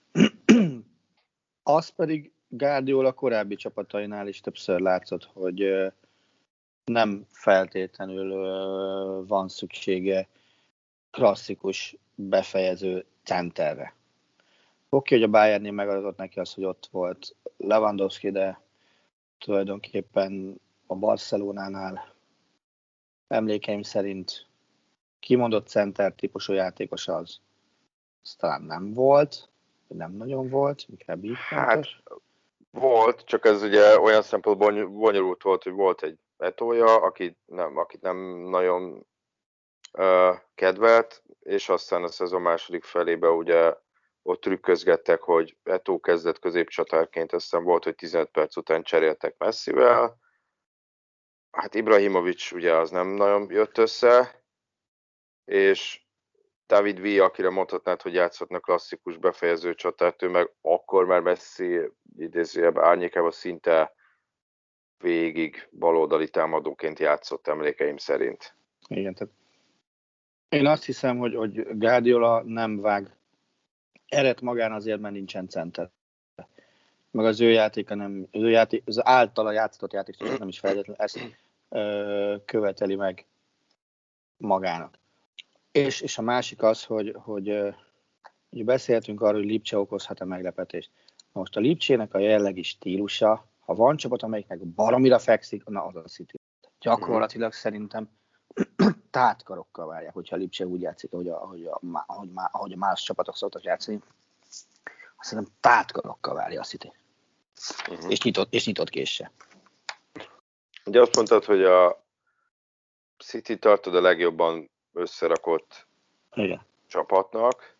az pedig Guardiola korábbi csapatainál is többször látszott, hogy nem feltétlenül van szüksége klasszikus befejező centerre. Oké, hogy a Bayernnél megadott neki az, hogy ott volt Lewandowski, de tulajdonképpen a Barcelonánál emlékeim szerint kimondott center típusú játékos az talán nem volt, nem nagyon volt, inkább így fontos. Hát volt, csak ez ugye olyan szempontból bonyolult volt, hogy volt egy Eto'ja, akit nem nagyon kedvelt, és aztán a szezon második felébe ugye ott trükközgettek, hogy Eto'o kezdett középcsatárként, aztán volt, hogy 15 perc után cseréltek Messivel. Hát Ibrahimovic ugye az nem nagyon jött össze, és David Villa, akire mondhatnád, hogy játszhatna klasszikus befejező csatárt, ő meg akkor már Messi idézőjebb árnyékában szinte végig baloldali támadóként játszott emlékeim szerint. Igen, tehát én azt hiszem, hogy Guardiola nem vág eret magán azért, mert nincsen center. Meg az ő játéka nem, az általa játszott játék nem is feltétlenül ezt követeli meg magának. És a másik az, hogy beszéltünk arról, hogy Lipcse okozhat-e meglepetést. Most a Lipcsének a jellegi stílusa, ha van csapat, amelyiknek baromira fekszik, na az a City. Gyakorlatilag szerintem tátkarokkal várják, hogyha a Lipcse úgy játszik, ahogy a más csapatok szoktak játszani. Szerintem tátkarokkal várja a City. És nyitott késsel. Ugye azt mondtad, hogy a City tartod a legjobban összerakott csapatnak.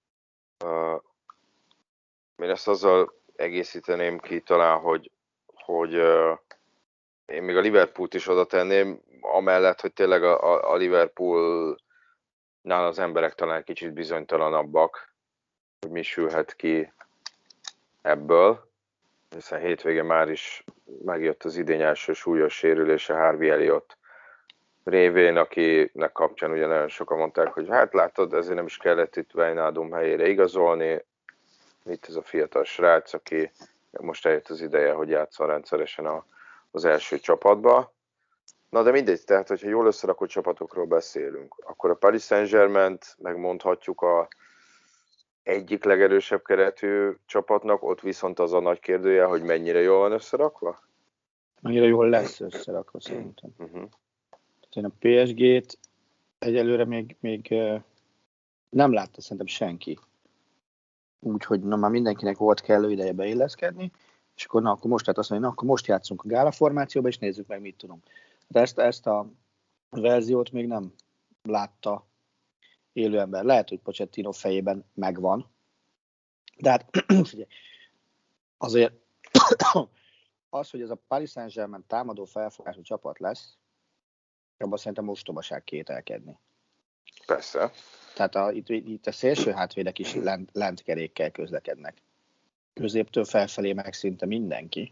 Én ezt azzal egészíteném ki talán, hogy én még a Liverpoolt is oda tenném, amellett, hogy tényleg a Liverpoolnál az emberek talán kicsit bizonytalanabbak, hogy mi sülhet ki ebből, hiszen hétvégén már is megjött az idény első súlyos sérülése Harvey Elliott révén, akinek kapcsán ugye nagyon sokan mondták, hogy hát látod, ezért nem is kellett itt Wijnaldum helyére igazolni. Itt ez a fiatal srác, aki most eljött az ideje, hogy játsszon rendszeresen az első csapatba. Na de mindegy, tehát hogyha jól összerakott csapatokról beszélünk, akkor a Paris Saint-Germaint megmondhatjuk a egyik legerősebb keretű csapatnak, ott viszont az a nagy kérdője, hogy mennyire jól van összerakva? Mennyire jól lesz összerakva szerintem. Én a PSG-t egyelőre még nem látta szerintem senki. Úgyhogy már mindenkinek volt kellő ideje beilleszkedni, és akkor most lehet azt mondani, akkor most játszunk a gála formációba, és nézzük meg, mit tudunk. De ezt a verziót még nem látta élő ember. Lehet, hogy Pochettino fejében megvan, de hát azért az, hogy ez a Paris Saint-Germain támadó felfogású csapat lesz, abban szerintem ostobaság kételkedni. Persze. Tehát itt a szélső hátvédek is lentkerékkel közlekednek. Középtől felfelé meg szinte mindenki.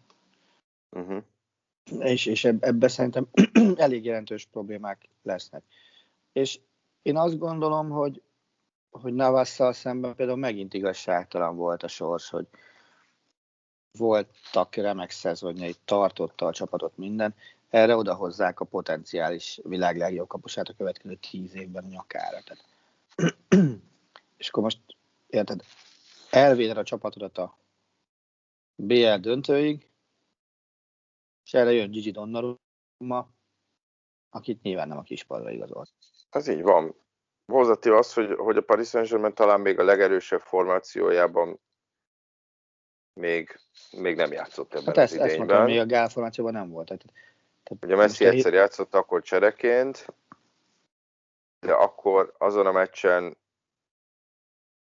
És ebben szerintem elég jelentős problémák lesznek. És én azt gondolom, hogy Navasszal szemben például megint igazságtalan volt a sors, hogy voltak remek szezonjai, tartotta a csapatot minden, erre odahozzák a potenciális világ legjobb kapusát a következő 10 évben a nyakára. Tehát. És akkor most, érted, elvéded a csapatodat a BL döntőig, és erre jön Gigi Donnarumma, akit nyilván nem a kispadra igazolt. Ez így van. Hozzátéve az, hogy a Paris Saint-Germain talán még a legerősebb formációjában még nem játszott ebben az idényben. Ezt mondtam, még a Gál formációban nem volt. Tehát ugye Messi egyszer játszott akkor csereként, de akkor azon a meccsen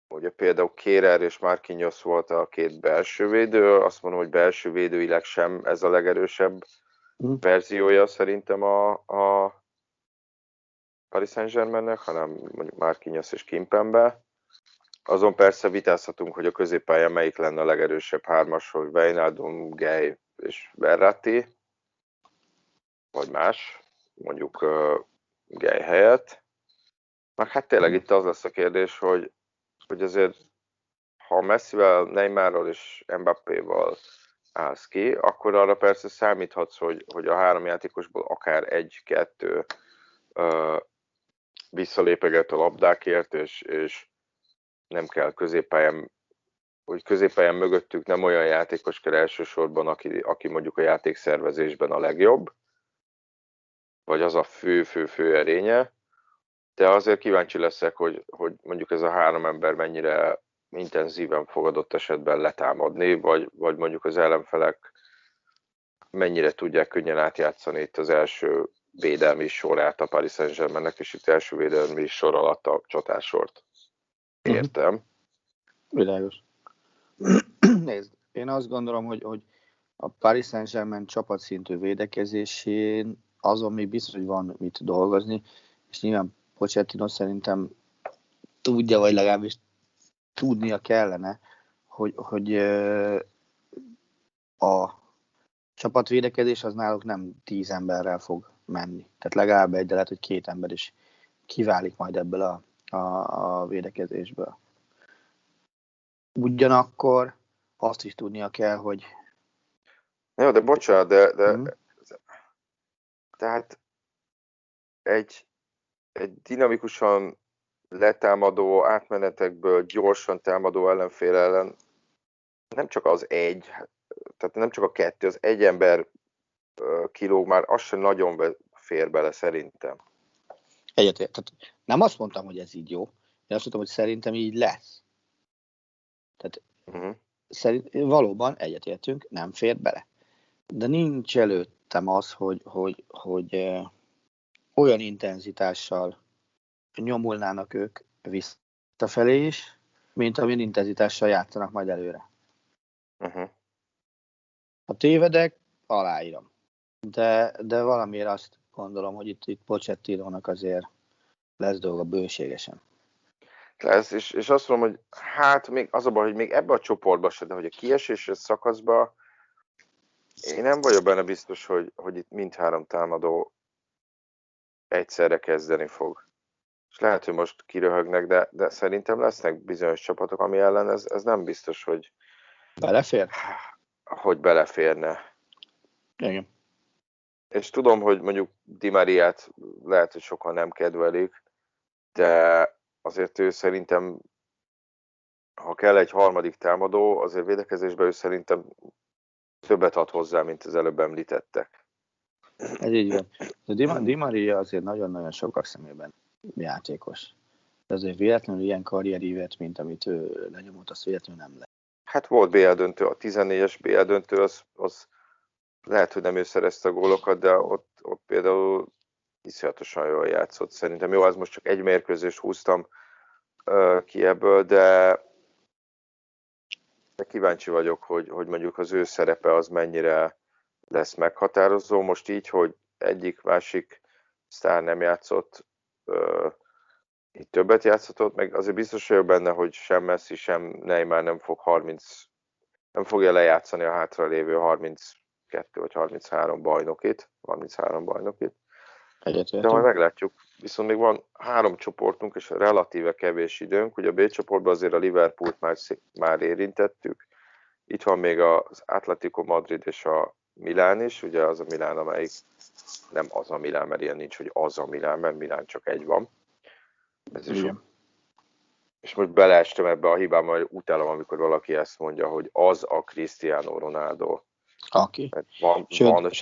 ugye például Kehrer és Marquinhos volt a két belső védő, azt mondom, hogy belső védőileg sem ez a legerősebb verziója szerintem a Paris Saint-Germainnek, hanem mondjuk Marquinhos és Kimpembe. Azon persze vitázhatunk, hogy a középpályán melyik lenne a legerősebb hármas, hogy Wijnaldum, Gueye és Verratti, vagy más, mondjuk Gueye helyett. Meg hát tényleg itt az lesz a kérdés, hogy azért ha Messivel, Neymarral és Mbappéval állsz ki, akkor arra persze számíthatsz, hogy a három játékosból akár egy-kettő visszalépeget a labdákért, és nem kell középpályán mögöttük nem olyan játékos kell elsősorban, aki mondjuk a játékszervezésben a legjobb, vagy az a fő erénye, de azért kíváncsi leszek, hogy mondjuk ez a három ember mennyire intenzíven fog adott esetben letámadni, vagy mondjuk az ellenfelek mennyire tudják könnyen átjátszani itt az első védelmi sorát a Paris Saint-Germainnek, és itt első védelmi sor alatt a csatásort. Értem. Világos. Nézd, én azt gondolom, hogy a Paris Saint-Germain csapatszintű védekezésén azon még biztos, hogy van mit dolgozni, és nyilván Pochettino szerintem tudja, vagy legalábbis tudnia kellene, hogy a csapatvédekezés az náluk nem 10 emberrel fog menni. Tehát legalább egy, de lehet, hogy 2 ember is kiválik majd ebből a védekezésből. Ugyanakkor azt is tudnia kell, hogy... Jó, de bocsánat, de tehát egy dinamikusan letámadó, átmenetekből gyorsan támadó ellenfél ellen nem csak az egy, tehát nem csak a kettő, az egy ember kilóg már az sem nagyon fér bele szerintem. Egyetért. Tehát nem azt mondtam, hogy ez így jó, én azt mondtam, hogy szerintem így lesz. Tehát valóban egyetértünk, nem fér bele. De nincs előttem az, hogy olyan intenzitással nyomulnának ők visszafelé is, mint amilyen intenzitással játszanak majd előre. Ha tévedek, aláírom. De valamiért azt gondolom, hogy itt Pochettinónak azért lesz dolga bőségesen. Lesz, és azt mondom, hogy hát még az a baj, hogy még ebbe a csoportba se, de hogy a kieséses szakaszba én nem vagyok benne biztos, hogy itt mindhárom támadó egyszerre kezdeni fog. És lehet, hogy most kiröhögnek, de szerintem lesznek bizonyos csapatok, ami ellen ez nem biztos, hogy belefér? Hogy beleférne. Igen. És tudom, hogy mondjuk Di Mariát lehet, hogy sokan nem kedvelik, de azért ő szerintem, ha kell egy harmadik támadó, azért védekezésben ő szerintem többet ad hozzá, mint az előbb említettek. Ez így van. De Di Maria azért nagyon-nagyon sokak szemében játékos. De azért véletlenül ilyen karrierívet, mint amit ő lenyomott, azt véletlenül nem lehet. Hát volt BL döntő, a 14-es BL döntő, az lehet, hogy nem ő szerezte a gólokat, de ott például iszonyatosan jól játszott. Szerintem jó, az most csak egy mérkőzést húztam ki ebből, de kíváncsi vagyok, hogy mondjuk az ő szerepe az mennyire lesz meghatározó. Most így, hogy egyik-másik sztár nem játszott, itt többet játszhatott, meg azért biztos vagyok benne, hogy sem Messi, sem Neymar nem fogja lejátszani a hátralévő 32 vagy 33 bajnokit. De majd meglátjuk. Viszont még van 3 csoportunk, és relatíve kevés időnk. Ugye a B csoportban azért a Liverpoolt már érintettük. Itt van még az Atletico Madrid és a Milán is. Ugye az a Milán, amelyik nem az a Milán, mert ilyen nincs, hogy az a Milán, mert Milán csak egy van. Ez is és most beleestem ebbe a hibába, hogy utálom, amikor valaki ezt mondja, hogy az a Cristiano Ronaldo. Aki. Van több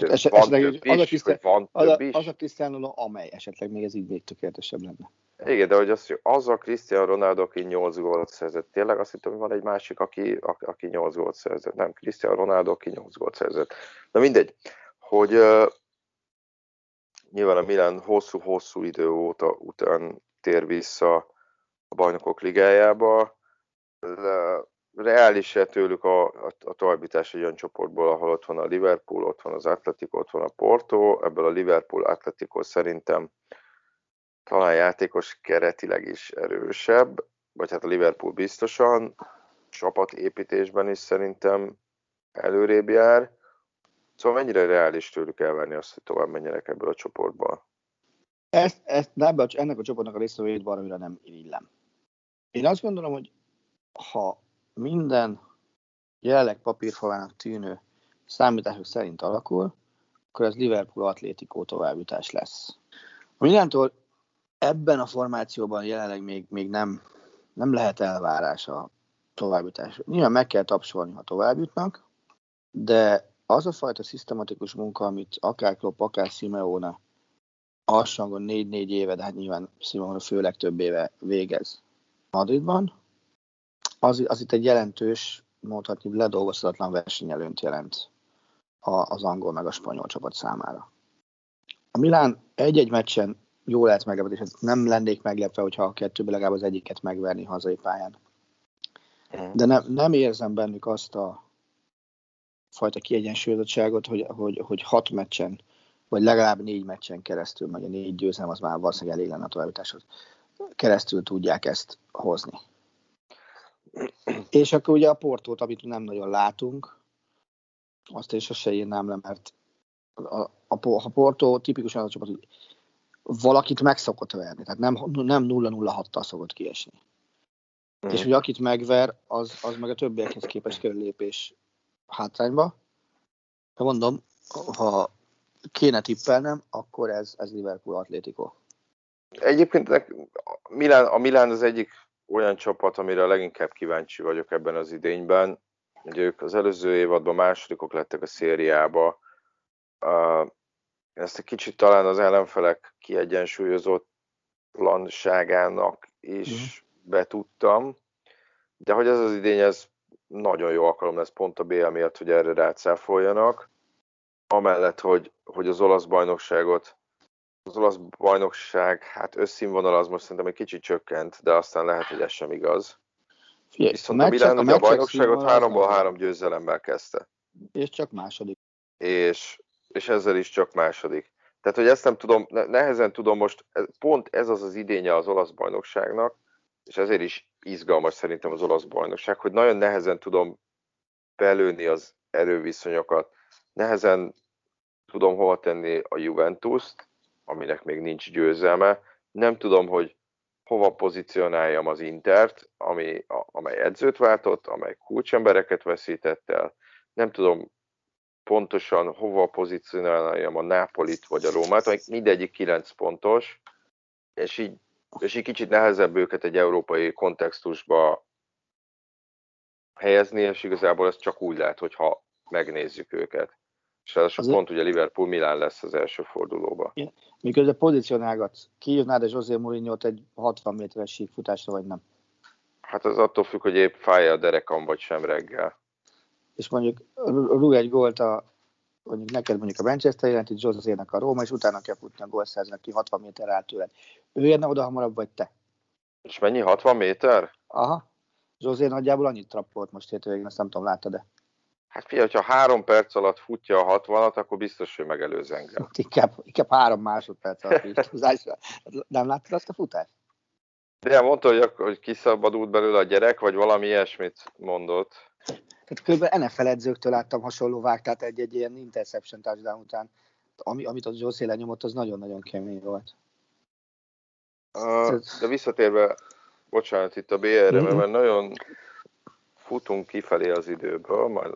is. Az a Cristiano, amely esetleg még ez így még tökéletesebb lenne. Igen, de hogy az a Cristiano Ronaldo, aki 8 gólt szerzett. Tényleg azt hittem, hogy van egy másik, aki 8 gólt szerzett. Nem, Cristiano Ronaldo, aki 8 gólt szerzett. Na mindegy, hogy nyilván a Milan hosszú idő után tér vissza a Bajnokok Ligájába. reális-e tőlük a továbbítás egy olyan csoportból, ahol ott van a Liverpool, ott van az Atletico, ott van a Porto. Ebből a Liverpool Atletico szerintem talán játékos keretileg is erősebb, vagy hát a Liverpool biztosan, csapatépítésben is szerintem előrébb jár. Szóval mennyire reális tőlük elvárni azt, hogy tovább menjenek ebből a csoportból? Ennek a csoportnak a résztvevőjét baromira nem irigylem. Én azt gondolom, hogy ha minden jelenleg papírfalának tűnő számítások szerint alakul, akkor ez Liverpool Atlético továbbjutás lesz. A Milántól ebben a formációban jelenleg még nem lehet elvárás a továbbjutás. Nyilván meg kell tapsolni, ha továbbjutnak, de az a fajta szisztematikus munka, amit akár Klopp, akár Simeone Arsangon 4-4 éve, de hát nyilván Simeone főleg több éve végez Madridban, az itt egy jelentős, mondhatni ledolgozhatatlan versenyelőnyt jelent az angol meg a spanyol csapat számára. A Milán egy-egy meccsen jól lehet meglepni, és nem lennék meglepve, hogyha a kettőből legalább az egyiket megverni hazai pályán. De nem érzem bennük azt a fajta kiegyensúlyozottságot, hogy 6 meccsen, vagy legalább 4 meccsen keresztül, vagy a 4 győzelem, az már valószínűleg elég lenne a továbbjutáshoz, keresztül tudják ezt hozni. És akkor ugye a Portót, amit nem nagyon látunk, azt én sose írnám le, mert a Porto tipikusan az a csapat, hogy valakit meg szokott verni, tehát nem 0-0-6-tal szokott kiesni. És hogy akit megver, az meg a többiekhez képest kerül lépés hátrányba. De mondom, ha kéne tippelnem, akkor ez Liverpool Atlético. Egyébként a Milán az egyik olyan csapat, amire a leginkább kíváncsi vagyok ebben az idényben. Ugye ők az előző évadban másodikok lettek a szériába. Ezt egy kicsit talán az ellenfelek kiegyensúlyozottlanságának is betudtam. De hogy ez az idény, ez nagyon jó alkalom lesz pont a BL miatt, hogy erre rácáfoljanak. Amellett, hogy az olasz bajnokság, hát összszínvonal az most szerintem egy kicsit csökkent, de aztán lehet, hogy ez sem igaz. Viszont a Milán ugye a bajnokságot 3-3 győzelemmel kezdte. És csak második. És ezzel is csak második. Tehát, hogy ezt nem tudom, nehezen tudom most, pont ez az idénye az olasz bajnokságnak, és ezért is izgalmas szerintem az olasz bajnokság, hogy nagyon nehezen tudom belőni az erőviszonyokat, nehezen tudom hova tenni a Juventust, aminek még nincs győzelme, nem tudom, hogy hova pozícionáljam az Intert, amely edzőt váltott, amely kulcsembereket veszített el, nem tudom pontosan hova pozícionáljam a Nápolit vagy a Rómát, amely mindegyik 9 pontos, és így kicsit nehezebb őket egy európai kontextusba helyezni, és igazából ez csak úgy lehet, hogyha megnézzük őket. És ráadásul pont ugye Liverpool-Milán lesz az első fordulóba. Miközben pozícionálgatsz, kiírnád a José Mourinho-t egy 60 méteres síkfutásra, vagy nem? Hát az attól függ, hogy épp fáj a derekam, vagy sem reggel. És mondjuk rúg egy gólt neked mondjuk a Manchester jelent, itt Josének a Róma, és utána kell futni a gólszerzőnek, ki 60 méter áll tőled. Ő érne oda hamarabb, vagy te? És mennyi? 60 méter? Aha. José nagyjából annyit trappolt most hétvégén, ezt nem tudom, láttad de. Hát figyelj, ha 3 perc alatt futja a 60-at, akkor biztos, hogy megelőz engem. Inkább 3 másodperc alatt is húzásra. Nem láttad azt a futást? De mondta, hogy kiszabadult belőle a gyerek, vagy valami ilyesmit mondott. Tehát kb. NFL edzőktől láttam hasonló vágtát egy ilyen interception touchdown után. Amit a José lenyomott, az nagyon-nagyon kemény volt. De visszatérve, bocsánat, itt a BR-re, mert nagyon futunk kifelé az időből, majd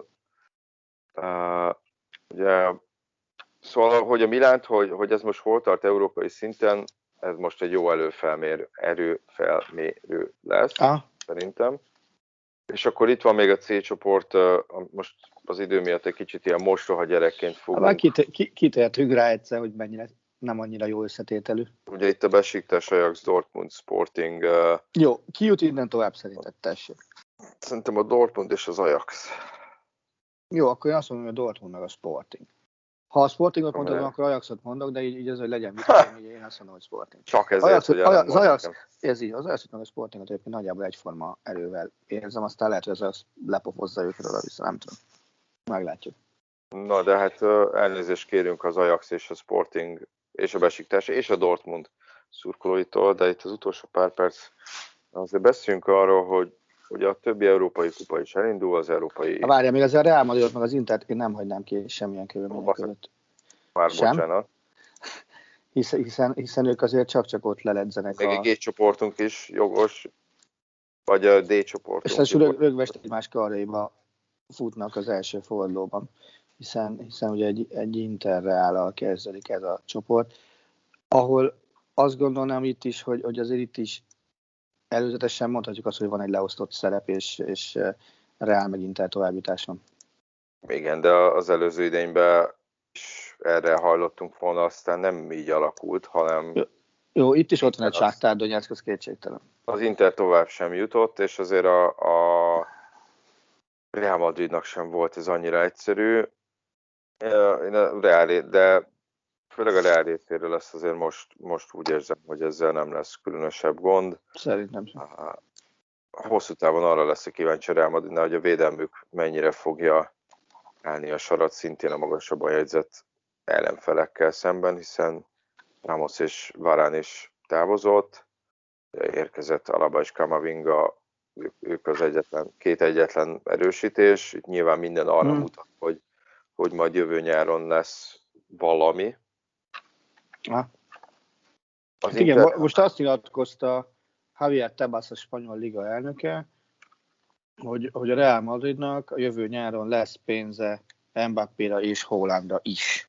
ugye, szóval, hogy a Milánt, hogy ez most hol tart európai szinten, ez most egy jó erőfelmérő lesz, szerintem. És akkor itt van még a C csoport, most az idő miatt egy kicsit ilyen mostoha gyerekként fogunk. Kitértünk rá egyszer, hogy mennyire nem annyira jó összetételű. Ugye itt a Besiktas, Ajax, Dortmund, Sporting. Jó, ki jut innen tovább szerinted, tessék? Szerintem a Dortmund és az Ajax. Jó, akkor én azt mondom, hogy a Dortmund meg a Sporting. Ha a Sportingot mondom, akkor Ajaxot mondok, de így az, hogy legyen vita, én azt mondom, hogy Sporting. Csak ezért, hogy az Ajax, ez így, az Ajaxot meg a Sportingot egyébként nagyjából egyforma erővel érzem, aztán lehet, hogy az Ajax lepofozza őket oda-vissza, nem tudom. Meglátjuk. Na, de hát elnézést kérünk az Ajax és a Sporting és a Besiktas és a Dortmund szurkolóitól, de itt az utolsó pár perc azért beszéljünk arról, hogy a többi európai kupa is elindul, az európai... Várjál, még azért a Real Madridot meg az Intert én nem hagynám ki semmilyen körülmények között. Már bocsánat. Hiszen ők azért csak ott leledzenek. Még egy G-csoportunk is jogos, vagy a D-csoportunk. És az rögvest egymás karjaiba futnak az első fordulóban, hiszen ugye egy Inter-Reállal kezdődik ez a csoport, ahol azt gondolnám itt is, hogy azért itt is előzetesen mondhatjuk azt, hogy van egy leosztott szerep, és Real meg Inter továbbjutás van. Igen, de az előző idényben is erre hajlottunk volna, aztán nem így alakult, hanem... Jó, itt is ott van egy Sáktár Donyeck, az kétségtelen. Az Inter tovább sem jutott, és azért a Real Madridnak sem volt ez annyira egyszerű. De főleg a Real részéről lesz azért most úgy érzem, hogy ezzel nem lesz különösebb gond. Szerintem sem. Hosszú távon arra lesz a kíváncsi a Real Madridnál, hogy a védelmük mennyire fogja állni a sarat szintén a magasabban jegyzett ellenfelekkel szemben, hiszen Ramos és Varane is távozott, érkezett Alaba és Camavinga, ők az két egyetlen erősítés. Itt nyilván minden arra mutat, hogy majd jövő nyáron lesz valami. Igen, most azt nyilatkozta Javier Tebas, a spanyol liga elnöke, hogy a Real Madridnak a jövő nyáron lesz pénze Mbappéra és Haalandra is.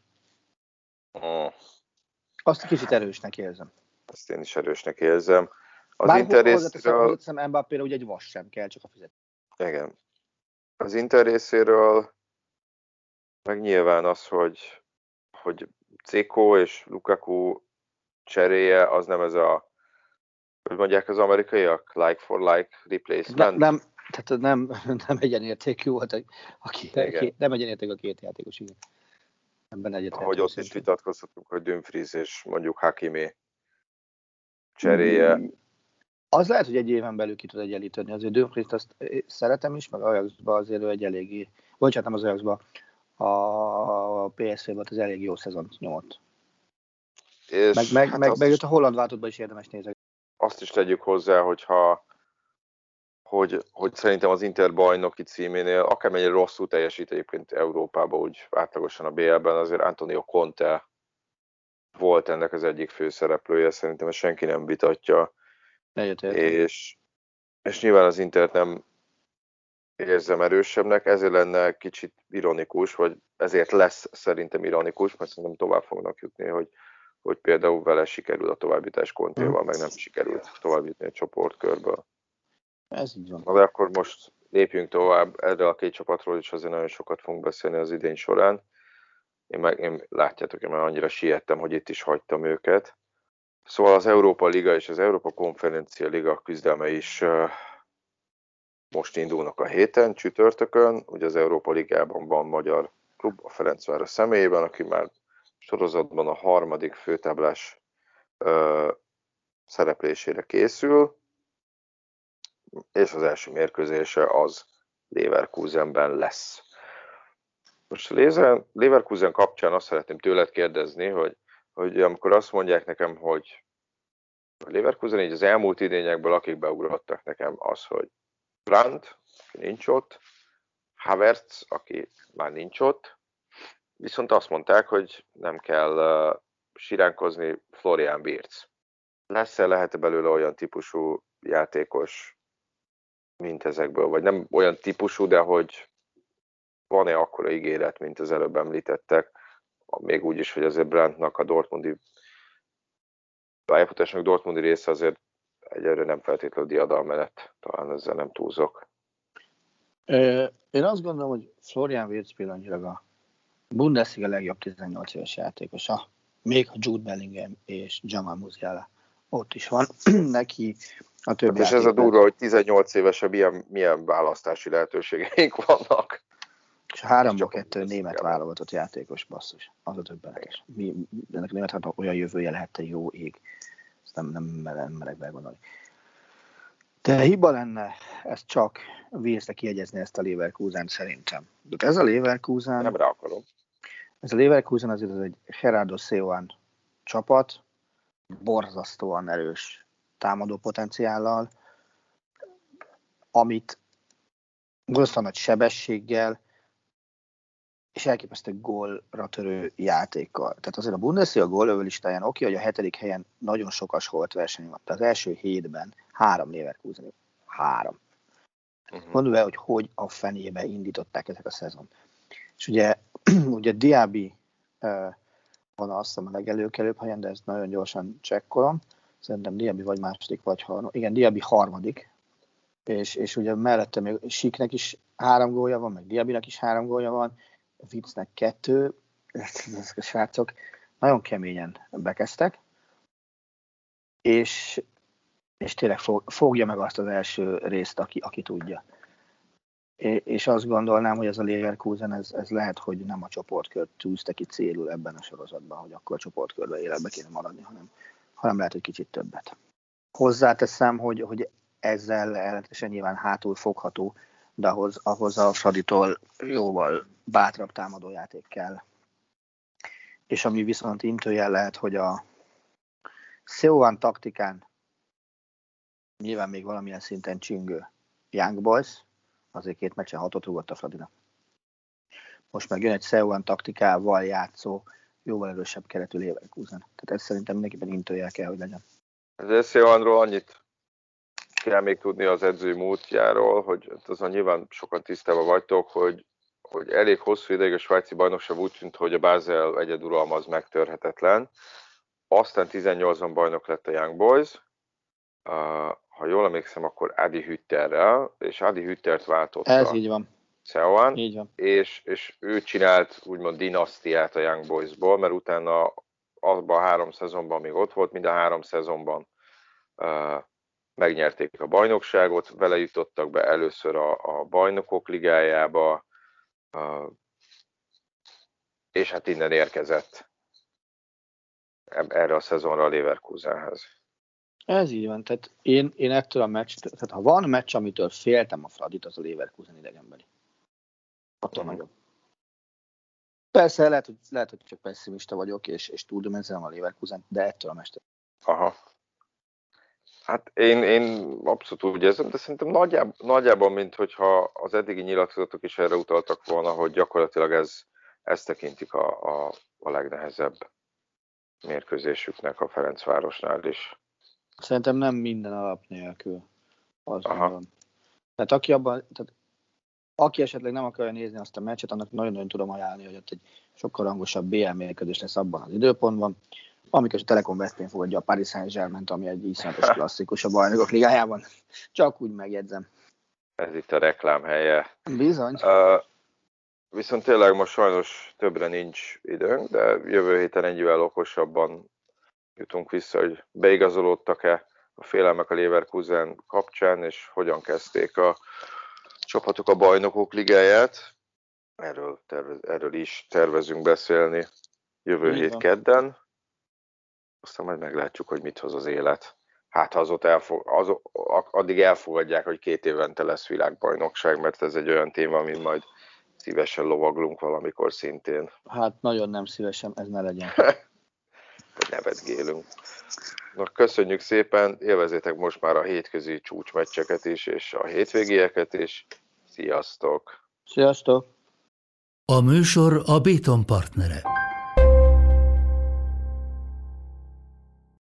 Azt kicsit erősnek érzem. Ezt én is erősnek érzem. Az Inter részéről... Mbappéra ugye egy vas sem kell, csak a fizetés. Igen. Az Inter részéről meg nyilván az, hogy Dzeko és Lukaku cseréje, az nem ez a, hogy mondják az amerikaiak, like for like replacement. Tehát nem egyenértékű volt, nem egyenértékű a két játékos, igen. Ebben egyetlen. Ahogy ott is vitatkozhatunk, hogy Dumfries és mondjuk Hakimi cseréje. Az lehet, hogy egy éven belül ki tud egyenlíteni. Azért Dumfries-t azt szeretem is, meg Ajaxba azért ő egy eléggé, bocsánat, nem az Ajaxba, a PSV-ben az elég jó szezont nyomott. Meg őt a holland váltottban is érdemes nézni. Azt is tegyük hozzá, hogy szerintem az Inter bajnoki címénél, akármennyire rosszul teljesít egyébként Európában, úgy átlagosan a BL-ben, azért Antonio Conte volt ennek az egyik főszereplője, szerintem ezt senki nem vitatja. És nyilván az Intert nem érzem erősebbnek, ezért lenne kicsit ironikus, vagy ezért lesz szerintem ironikus, mert szerintem tovább fognak jutni, hogy például vele sikerül a továbbjutás Contéval, meg nem sikerült továbbjutni a csoportkörből. Ez így van. De akkor most lépjünk tovább, erről a két csapatról is azért nagyon sokat fogunk beszélni az idény során. Én látjátok, én már annyira siettem, hogy itt is hagytam őket. Szóval az Európa Liga és az Európa Konferencia Liga küzdelme is most indulnak a héten, csütörtökön. Ugye az Európa Ligában van magyar klub, a Ferencváros személyében, aki már sorozatban a harmadik főtáblás szereplésére készül, és az első mérkőzése az Leverkusenben lesz. Most a Leverkusen kapcsán azt szeretném tőled kérdezni, hogy amikor azt mondják nekem, hogy a Leverkusen így az elmúlt idényekből, akik beugrottak nekem, az, hogy Brandt, aki nincs ott, Havertz, aki már nincs ott, viszont azt mondták, hogy nem kell siránkozni, Florian Wirtz. Lehet-e belőle olyan típusú játékos, mint ezekből, vagy nem olyan típusú, de hogy van-e akkora ígéret, mint az előbb említettek, még úgy is, hogy azért Brandtnak a dortmundi pályafutásnak dortmundi része azért egyelőre nem feltétlenül diadalmenet, talán ezzel nem túlzok. Én azt gondolom, hogy Florian Wirtz pillanatnyilag a Bundesliga legjobb 18 éves játékosa, még a Jude Bellingham és Jamal Musiala ott is van neki. A többi és ez a durva, hogy 18 évesen milyen választási lehetőségeink vannak. És 3-ból 2 német válogatott játékos, basszus. Az a többenetes. Ennek a német olyan jövője lehet, jó ég. Ezt nem merek begondolni. De hiba lenne ezt csak Wills-re kiegyezni ezt a Leverkusen szerintem. De ez a Leverkusen... Nem rá akarom. Ez a Leverkusen azért az egy Gerardo Seoane csapat, borzasztóan erős támadó potenciállal, amit borzasztóan nagy sebességgel és elképesztő gólra törő játékkal. Tehát azért a Bundesliga gólövő listáján oké, hogy a 7. helyen nagyon sokas volt verseny van. Az első 7-ben 3 Leverkusen. 3. Gondolj el, hogy a fenébe indították ezek a szezon. És ugye Diaby van azt hiszem a legelőkelőbb helyen, de ezt nagyon gyorsan csekkolom. Szerintem Diaby vagy második, vagy harmadik. Igen, Diaby harmadik. És ugye mellette még Schicknek is 3 gólja van, meg Diabynak is 3 gólja van, Witznek 2. Ezek a srácok nagyon keményen bekezdtek. És tényleg fogja meg azt az első részt, aki tudja. És azt gondolnám, hogy ez a Leverkusen, ez lehet, hogy nem a csoportkört tűzte ki célul ebben a sorozatban, hogy akkor a csoportkörben életbe kéne maradni, hanem lehet, hogy kicsit többet. Hozzáteszem, hogy ezzel ellentétesen nyilván hátul fogható, de ahhoz a Fraditól jóval bátrabb támadójáték kell. És ami viszont intőjel lehet, hogy a Seoane taktikán nyilván még valamilyen szinten csüngő Young Boys, azért 2 meccsen 6-ot rúgott a Fradinak. Most meg jön egy Seoane taktikával játszó, jóval erősebb keretű Leverkusen. Tehát ez szerintem mindenképpen intőjel kell, hogy legyen. Ezért Seoane-ról annyit kell még tudni az edzői múltjáról, hogy azon nyilván sokan tisztában vagytok, hogy elég hosszú ideig a svájci bajnokság úgy tűnt, hogy a Basel egyeduralma az megtörhetetlen. Aztán 18-ban bajnok lett a Young Boys, ha jól emlékszem, akkor Adi Hütterrel, és Adi Hüttert váltotta. Ez így van. Seoane, így van. És ő csinált úgymond dinasztiát a Young Boysból, mert utána abban a 3 szezonban még ott volt, mind a 3 szezonban megnyerték a bajnokságot, vele jutottak be először a bajnokok ligájába, és hát innen érkezett erre a szezonra a Leverkusenhez. Ez így van, tehát én ettől a meccs, tehát ha van meccs, amitől féltem a Fradit, az a Leverkusen idegenbeli. Attól nagyobb. Persze lehet, hogy csak pessimista vagyok, és tudom ezzel a Leverkusen, de ettől a meccstől. Aha. Hát én abszolút úgy érzem, de szerintem nagyjából, mint hogyha az eddigi nyilatkozatok is erre utaltak volna, hogy gyakorlatilag ezt tekintik a legnehezebb mérkőzésüknek a Ferencvárosnál is. Szerintem nem minden alap nélkül. Tehát aki esetleg nem akarja nézni azt a meccset, annak nagyon-nagyon tudom ajánlani, hogy ott egy sokkal rangosabb BL mérkőzés lesz abban az időpontban, amikor a Telekom Veszprém fogadja a Paris Saint-Germaint, ami egy iszonyatos klasszikus a bajnokok ligájában. Csak úgy megjegyzem. Ez itt a reklám helye. Bizony. Viszont tényleg most sajnos többre nincs időnk, de jövő héten ennyivel okosabban jutunk vissza, hogy beigazolódtak-e a félelmek a Leverkusen kapcsán, és hogyan kezdték a csapatok a bajnokok ligáját. Erről is tervezünk beszélni jövő hét kedden. Aztán majd meglátjuk, hogy mit hoz az élet. Hát ha addig elfogadják, hogy 2 évente lesz világbajnokság, mert ez egy olyan téma, amin majd szívesen lovaglunk valamikor szintén. Hát nagyon nem szívesen, ez ne legyen. Vagy nevetgélünk. Na, köszönjük szépen, élvezétek most már a hétközi csúcsmeccseket is, és a hétvégieket is. Sziasztok! Sziasztok! A műsor a Béton partnere.